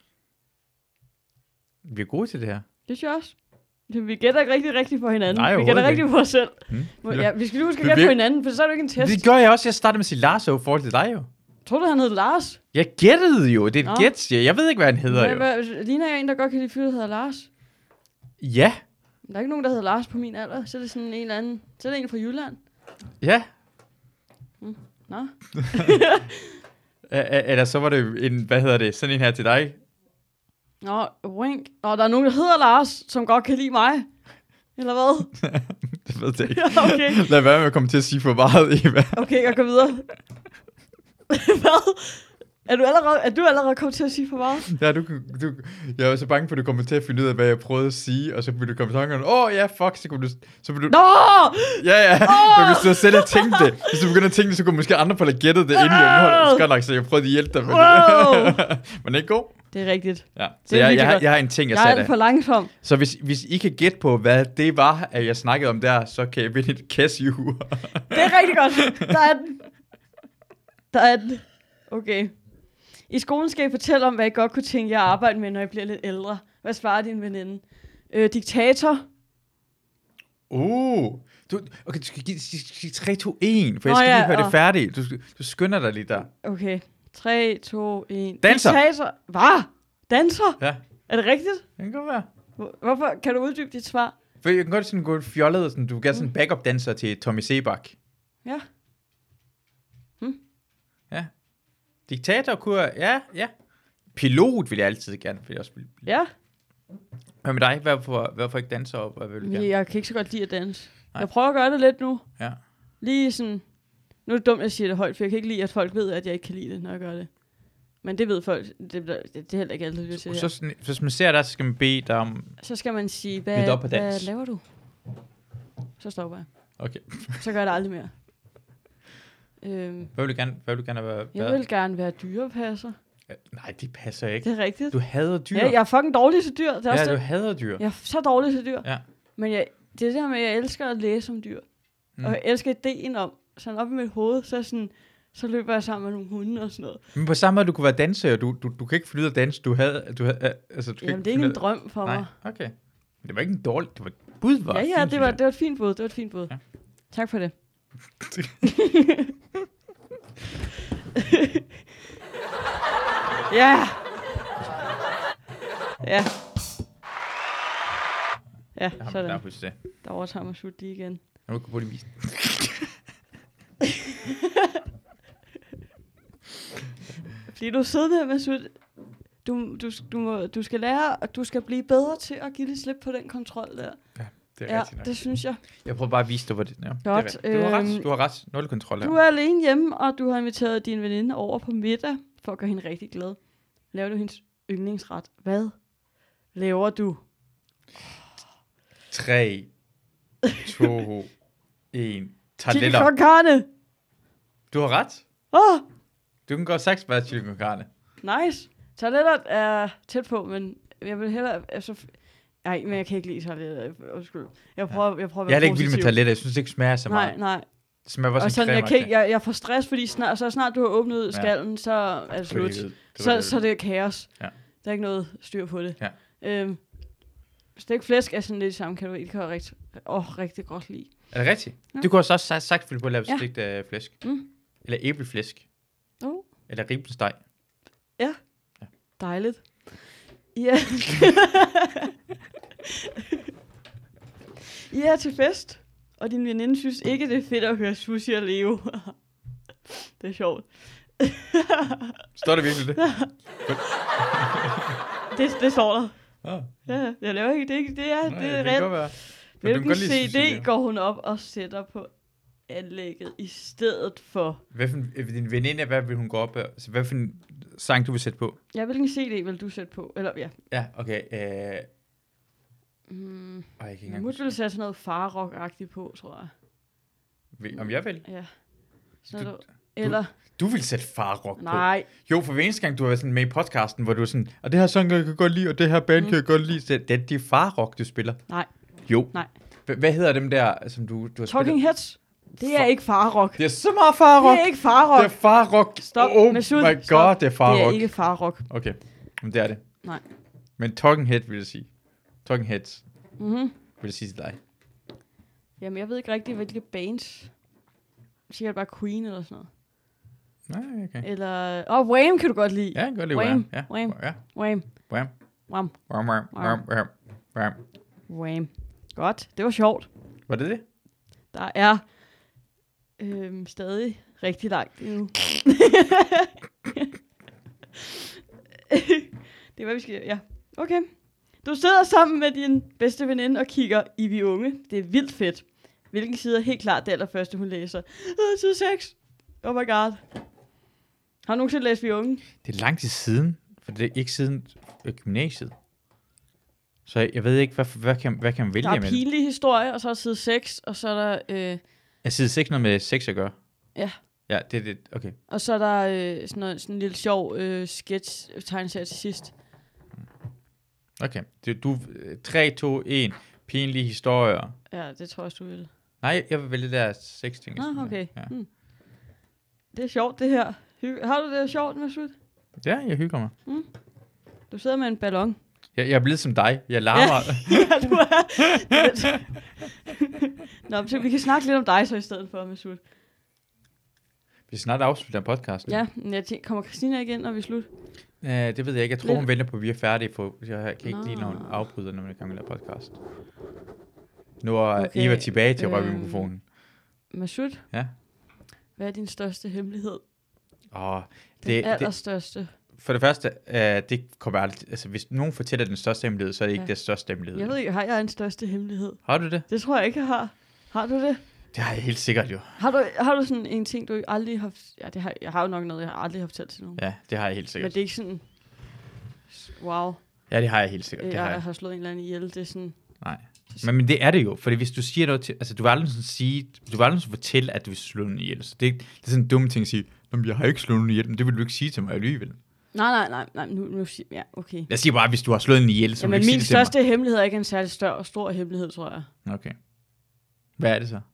Vi er gode til det her. Det synes jeg også. Vi gætter ikke rigtig rigtigt på hinanden. Nej, vi gætter overhovedet rigtigt på os selv. Hmm. Ja, vi skal lige huske at Men gætte vi- på hinanden, for så er det ikke en test. Det gør jeg også. Jeg startede med at sige Lars i forhold til dig jo. Tror du, han hed Lars? Jeg gættede jo. Det er et Nå. gæt, siger jeg. Jeg ved ikke, hvad han hedder Hvad, jo. hvad, ligner jeg en, der godt kan lide fyre, der hedder Lars? Ja. Der er ikke nogen, der hedder Lars på min alder. Så er det sådan en eller anden... Så er det en fra Jylland. Ja. Nå. Æ- æ- Eller så var det en, hvad hedder det, sådan en her til dig. Nå, wink. Nå, der er nogen, der hedder Lars, som godt kan lide mig. Eller hvad? Det ved jeg ikke. Ja, okay. Lad være med at komme til at sige for meget, Eva. Okay, jeg går videre. Hvad? Er du allerede, er du allerede kommet til at sige for meget? Ja, du, du, jeg var så bange for, at du kommer til at finde ud af, hvad jeg prøvede at sige, og så vil du komme i tanke om, åh ja, fuck, så kunne du... Så vil du Nå! ja, ja, Åh! men hvis du selv har tænkt det, hvis du begynder at tænke det, så kunne måske andre få gættet det, inden jeg underholdt. Godt nok, så jeg prøvede at hjælpe dig med Wow! det. Men det er ikke god. Det er rigtigt. Ja, så Det er jeg, virkelig jeg, har, godt. jeg har en ting, jeg, Jeg sagde er der. for langsom. Så hvis, hvis I kan gætte på, hvad det var, at jeg snakkede om der, så kan jeg vinde et Casio. Det er rigtig godt. Der er den. Der er den. Okay. I skolen skal I fortælle om, hvad I godt kunne tænke jer at arbejde med, når I bliver lidt ældre. Hvad svarer din veninde? Øh, diktator. Uh, du, okay, du skal give, give tre, to, et, for jeg Nå skal ja, lige høre det og- færdigt. Du, du skynder dig lige der. Okay. tre, to, et. Danser. Diktator. Hvad? Danser? Ja, Er det rigtigt? det kan godt være. Hvor- Hvorfor? Kan du uddybe dit svar? For jeg kan godt sådan gå fjollet, sådan, du gav sådan en backup danser til Tommy Sebak. Ja. Ja. Diktator kunne jeg, ja, ja. Pilot vil jeg altid gerne, vil jeg også blive. Ja. Hvad med dig? Hvorfor, hvorfor ikke danser op? Hvad vil du gerne? Jeg kan ikke så godt lide at danse. Nej. Jeg prøver at gøre det lidt nu. Ja. Lige sådan... Nu er det dumt, at jeg siger det højt, for jeg kan ikke lide, at folk ved, at jeg ikke kan lide det, når jeg gør det. Men det ved folk. Det, det, det er heller ikke altid, det til Så, her. sådan, så hvis man ser dig, så skal man bede dig om... Så skal man sige, Lyt hvad, op på hvad dans. laver du? Så stopper jeg. Okay. Så gør jeg det aldrig mere. Øhm, Hvad vil du gerne, hvad vil du gerne have været? jeg vil gerne være dyrepasser. Nej, det passer ikke. Det er rigtigt. Du hader dyr. Ja, jeg er fucking dårlig til dyr. Det er ja, også du det. hader dyr. Jeg er så dårlig til dyr. Ja. Men jeg, det er det her med, at jeg elsker at læse om dyr. Mm. Og jeg elsker ideen om, sådan op i mit hoved, så er sådan, Så løber jeg sammen med nogle hunde og sådan noget. Men på samme måde, du kunne være danser, og du, du, du kan ikke finde ud af at danse. Du havde, du havde, altså, du Jamen, det er ikke en drøm for Nej, mig. okay. Men det var ikke en dårlig, det var et bud, var Ja, ja, fint, det var, det var et fint bud, det var et fint bud. Ja. Tak for det. Ja. Ja. Ja, sådan. Der, der, der overtager mig slut lige igen. Jeg må gå på det vis. Fordi du sidder der med slut. Du, du, du, må, du skal lære, at du skal blive bedre til at give lidt slip på den kontrol der. Ja, det er ja, rigtigt nok. Det synes jeg. Jeg prøver bare at vise dig, hvor det ja, Godt. Det er du har ret, øhm, du har ret. Nul kontrol her. Du er alene hjemme, og du har inviteret din veninde over på middag, for at gøre hende rigtig glad. Laver du hendes yndlingsret? Hvad laver du? tre, to, en. Chili con carne! Du har ret. Åh! Oh, Du kan godt sagt bare chili con carne. nice. Tarteletter er tæt på, men jeg vil hellere... Altså, nej, men jeg kan ikke lide tarteletter. Undskyld. Jeg prøver, jeg prøver at være Jeg er ikke vild med positiv. tarteletter. Jeg synes det ikke smager så meget. Nej, nej. Det smager bare Og sådan sådan, jeg, creme. kan, jeg, jeg får stress, fordi snart, så snart du har åbnet Ja. skallen, så er det slut. Det var det, det så, var det. så det er kaos. Ja. Der er ikke noget styr på det. Ja. Øhm, stegt flæsk er sådan lidt i samme kategori. Det kan jeg rigtig, åh, rigtig godt lide. Er det rigtigt? Ja. Du kunne også sagt, sagt på at lave Ja. stegt af flæsk. Mm. Eller æbleflæsk. Oh. Eller ribbensteg. Ja. ja. Dejligt. Ja. I er til fest, og din veninde synes ikke, det er fedt at høre Sushi og Leo. Det er sjovt. Står der virkelig det? det, det står der. Oh. Ja, jeg laver ikke det. Ikke, det er, Nej, det er det kan godt reelt. være. Men du kan Hvilken godt lide C sushi, D går hun op og sætter på anlægget i stedet for? Hvad for en- din veninde, hvad vil hun gå op? Altså, hvad for en sang, du vil sætte på? Ja, hvilken C D vil du sætte på? Eller ja. Ja, okay. Øh... Mm, Ej, jeg kan ikke jeg engang må huske. vel sætte sådan noget farrock-agtigt på, tror jeg. Vil- Om jeg vil? Ja. Sådan Du- noget. Eller, Du vil sætte farrock på. nej. Jo, for hver eneste gang, du har været sådan med i podcasten, hvor du er sådan, og det her sang kan jeg godt lide, og det her band Mm. kan jeg godt lide. Så det, det er farrock, du spiller. Nej. Jo. Nej. H- hvad hedder dem der, som du, du har Talking spillet? Heads. Det er Fa- ikke farrock. Det er så meget farrock. Det er ikke farrock. Det er farrock. Stop, Oh Masoud, my god, stop. det er Det farrock. er ikke farrock. Okay, men det er det. Nej. Men Talking Head vil jeg sige. Talking Heads Mhm. vil jeg sige til dig. Jamen, jeg ved ikke rigtig, hvilke bands. Sikkert bare Queen eller sådan noget. Nej, okay. Eller... Åh, oh, Wham kan du godt lide. Ja, jeg kan godt lide Wham. Wham. Ja. Wham. Ja. Wham. Wham. Wham. Wham, wham, wham, wham, wham. Wham. Godt. Det var sjovt. Var det det? Der er øhm, stadig rigtig langt endnu. Det er, hvad vi skal... Ja, okay. Du sidder sammen med din bedste veninde og kigger i Vi Unge. Det er vildt fedt. Hvilken side er helt klart det allerførste, hun læser? Øh, side seks. Oh my god. Har du nogensinde læst Vi Unge? Det er lang tid siden, for det er ikke siden øh, gymnasiet. Så jeg, jeg ved ikke, hvad, hvad, kan, hvad kan man vælge Der er imellem? pinlig historie, og så er side seks, og så er der... Øh, Er side seks noget med sex at gøre? Ja. Ja, det er det. Okay. og så er der øh, sådan, noget, sådan en lille sjov øh, sketch tegneserie til sidst. Okay. Det, du, øh, tre, to, en. Pinlige historier. Ja, det tror jeg også, du vil. Nej, jeg vil vælge det der seks ting. Nå, okay. Ja. Hmm. Det er sjovt, det her. Hy- Har du det sjovt, Masoud? ja, jeg hygger mig. Du sidder med en ballon. Jeg, jeg er blevet som dig. Jeg larmer. Ja, du er. Nå, så vi kan snakke lidt om dig så i stedet for, Masoud. Vi snart afslutter podcasten. Ja, men jeg tænker, kommer Christina igen, når vi er slut? Ja, det ved jeg ikke. Jeg tror, Lidt. hun venter på, at vi er færdige. For jeg kan ikke Nå. lide, når hun afbryder, når man kan lave podcast. Nu er Okay, okay. Eva tilbage til at røve øhm. mikrofonen. Masoud? Ja. Hvad er din største hemmelighed? Åh, Den det, det, allerstørste. for det første, uh, det kommer aldrig... Altså, hvis nogen fortæller den største hemmelighed, så er det ikke Ja. det største hemmelighed. Jeg ved ikke, har jeg en største hemmelighed? Har du det? Det tror jeg ikke, jeg har. Har du det? Det har jeg helt sikkert jo. Har du, har du sådan en ting, du aldrig har... Ja, det har, jeg har jo nok noget, jeg aldrig har fortalt til nogen. Ja, det har jeg helt Men sikkert. det er ikke sådan... Wow, Ja, det har jeg helt sikkert. Det har jeg jeg. har slået en eller anden ihjel. Det er sådan... Nej. Men, men det er det jo, fordi hvis du siger noget til... Altså, du vil aldrig sådan sige... Du vil aldrig sådan fortælle, at du vil slå nogen ihjel. Så det, det er sådan en dum ting at sige, "Nå, jeg har ikke slået nogen ihjel, men det vil du ikke sige til mig alligevel. Nej, nej, nej, nej, nu, nu siger ja, okay. Jeg siger bare, hvis du har slået en ihjel, så vil du Jamen, ikke sige min det til mig. største hemmelighed er ikke en særlig større, stor hemmelighed, tror jeg. Okay. Hvad er det så?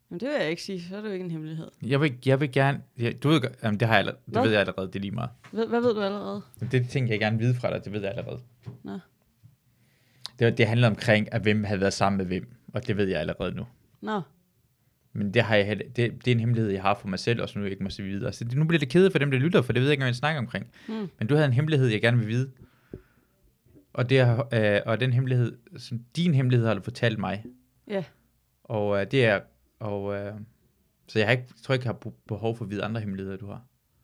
Men det vil jeg ikke sige, så er det jo ikke en hemmelighed. Jeg vil, jeg vil gerne... Ja, du ved, jamen, det, har jeg allerede, det ved jeg allerede, det er lige meget. Hvad, hvad ved du allerede? Det ting, jeg gerne vide fra dig, det ved jeg allerede. Nå. Det, det handler omkring, at hvem havde været sammen med hvem, og det ved jeg allerede nu. Nå. Men det, har jeg, det, det er en hemmelighed, jeg har for mig selv, og som nu ikke må sige videre. Så det, nu bliver det kedeligt for dem, der lytter, for det ved jeg ikke, hvad jeg snakker omkring. Mm. Men du havde en hemmelighed, jeg gerne vil vide. Og, det er, øh, og den hemmelighed, som din hemmelighed har du fortalt mig. Ja. Yeah. Og øh, det er... Og, øh, så jeg, har ikke, jeg tror ikke, jeg har behov for at vide andre hemmeligheder, du har.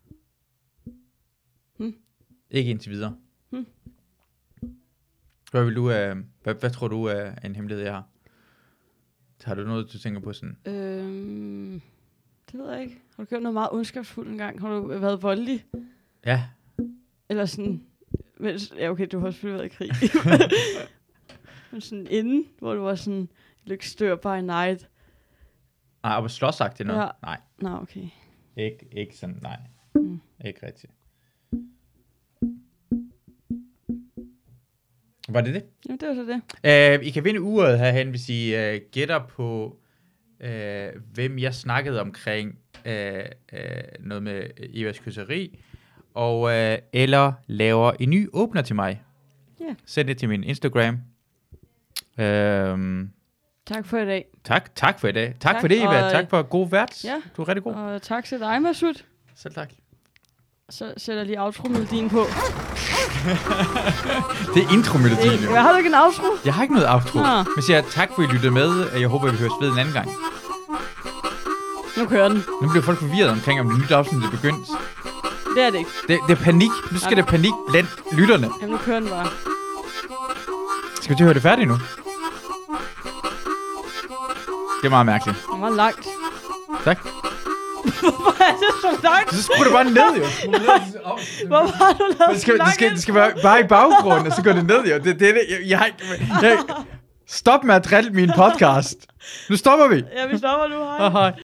Hmm. Ikke indtil videre. Hmm. Hvad, vil du, øh, hvad, hvad tror du er en hemmelighed, jeg har? Har du noget, du tænker på sådan? Øhm, det ved jeg ikke. Har du gjort noget meget ondskabsfuldt en gang? Har du været voldelig? Ja. Eller sådan... Mens, ja, okay, du har selvfølgelig været i krig. Men sådan inden, hvor du var sådan... Lykke stør by night. Nej, og slåsagtigt noget? Ja. Nej. Nå, okay. Ikke, ikke sådan, nej. Mm. Ikke rigtigt. Var det det? Ja, det var så det. Uh, I kan vinde uret herhen, hvis I uh, gætter på, uh, hvem jeg snakkede omkring uh, uh, noget med Evas kysseri, og, uh, eller laver en ny åbner til mig. Yeah. Send det til min Instagram. Uh, Tak for i dag. Tak, tak for i dag. Tak, tak for det, Eva. Og, tak for god vært. Ja. Du er rigtig god. Og tak til dig, Masud. Selv tak. Så sætter jeg lige outro-melodien på. Det er intro-melodien. Det, har du ikke en outro? Jeg har ikke noget outro. Nå. Men siger tak, for I lyttede med. Jeg håber, vi høres ved en anden gang. Nu kører den. Nu bliver folk forvirret omkring, om det nye afsnit er begyndt. Det er det ikke. Det, det er panik. Nu skal det panik blandt lytterne. Jamen, nu kører den bare. Skal vi til at høre det færdigt nu? Det er meget mærkeligt. Det er meget langt. Tak. Hvorfor er det så langt? Så skruer det bare ned, jo. Hvorfor har du lavet det skal, så langt? det skal, det skal være bare i baggrunden, og så går det ned, jo. Det, det, det, jeg, jeg, jeg, Stop med at drille min podcast. Nu stopper vi. Ja, vi stopper nu. Hej. Hej.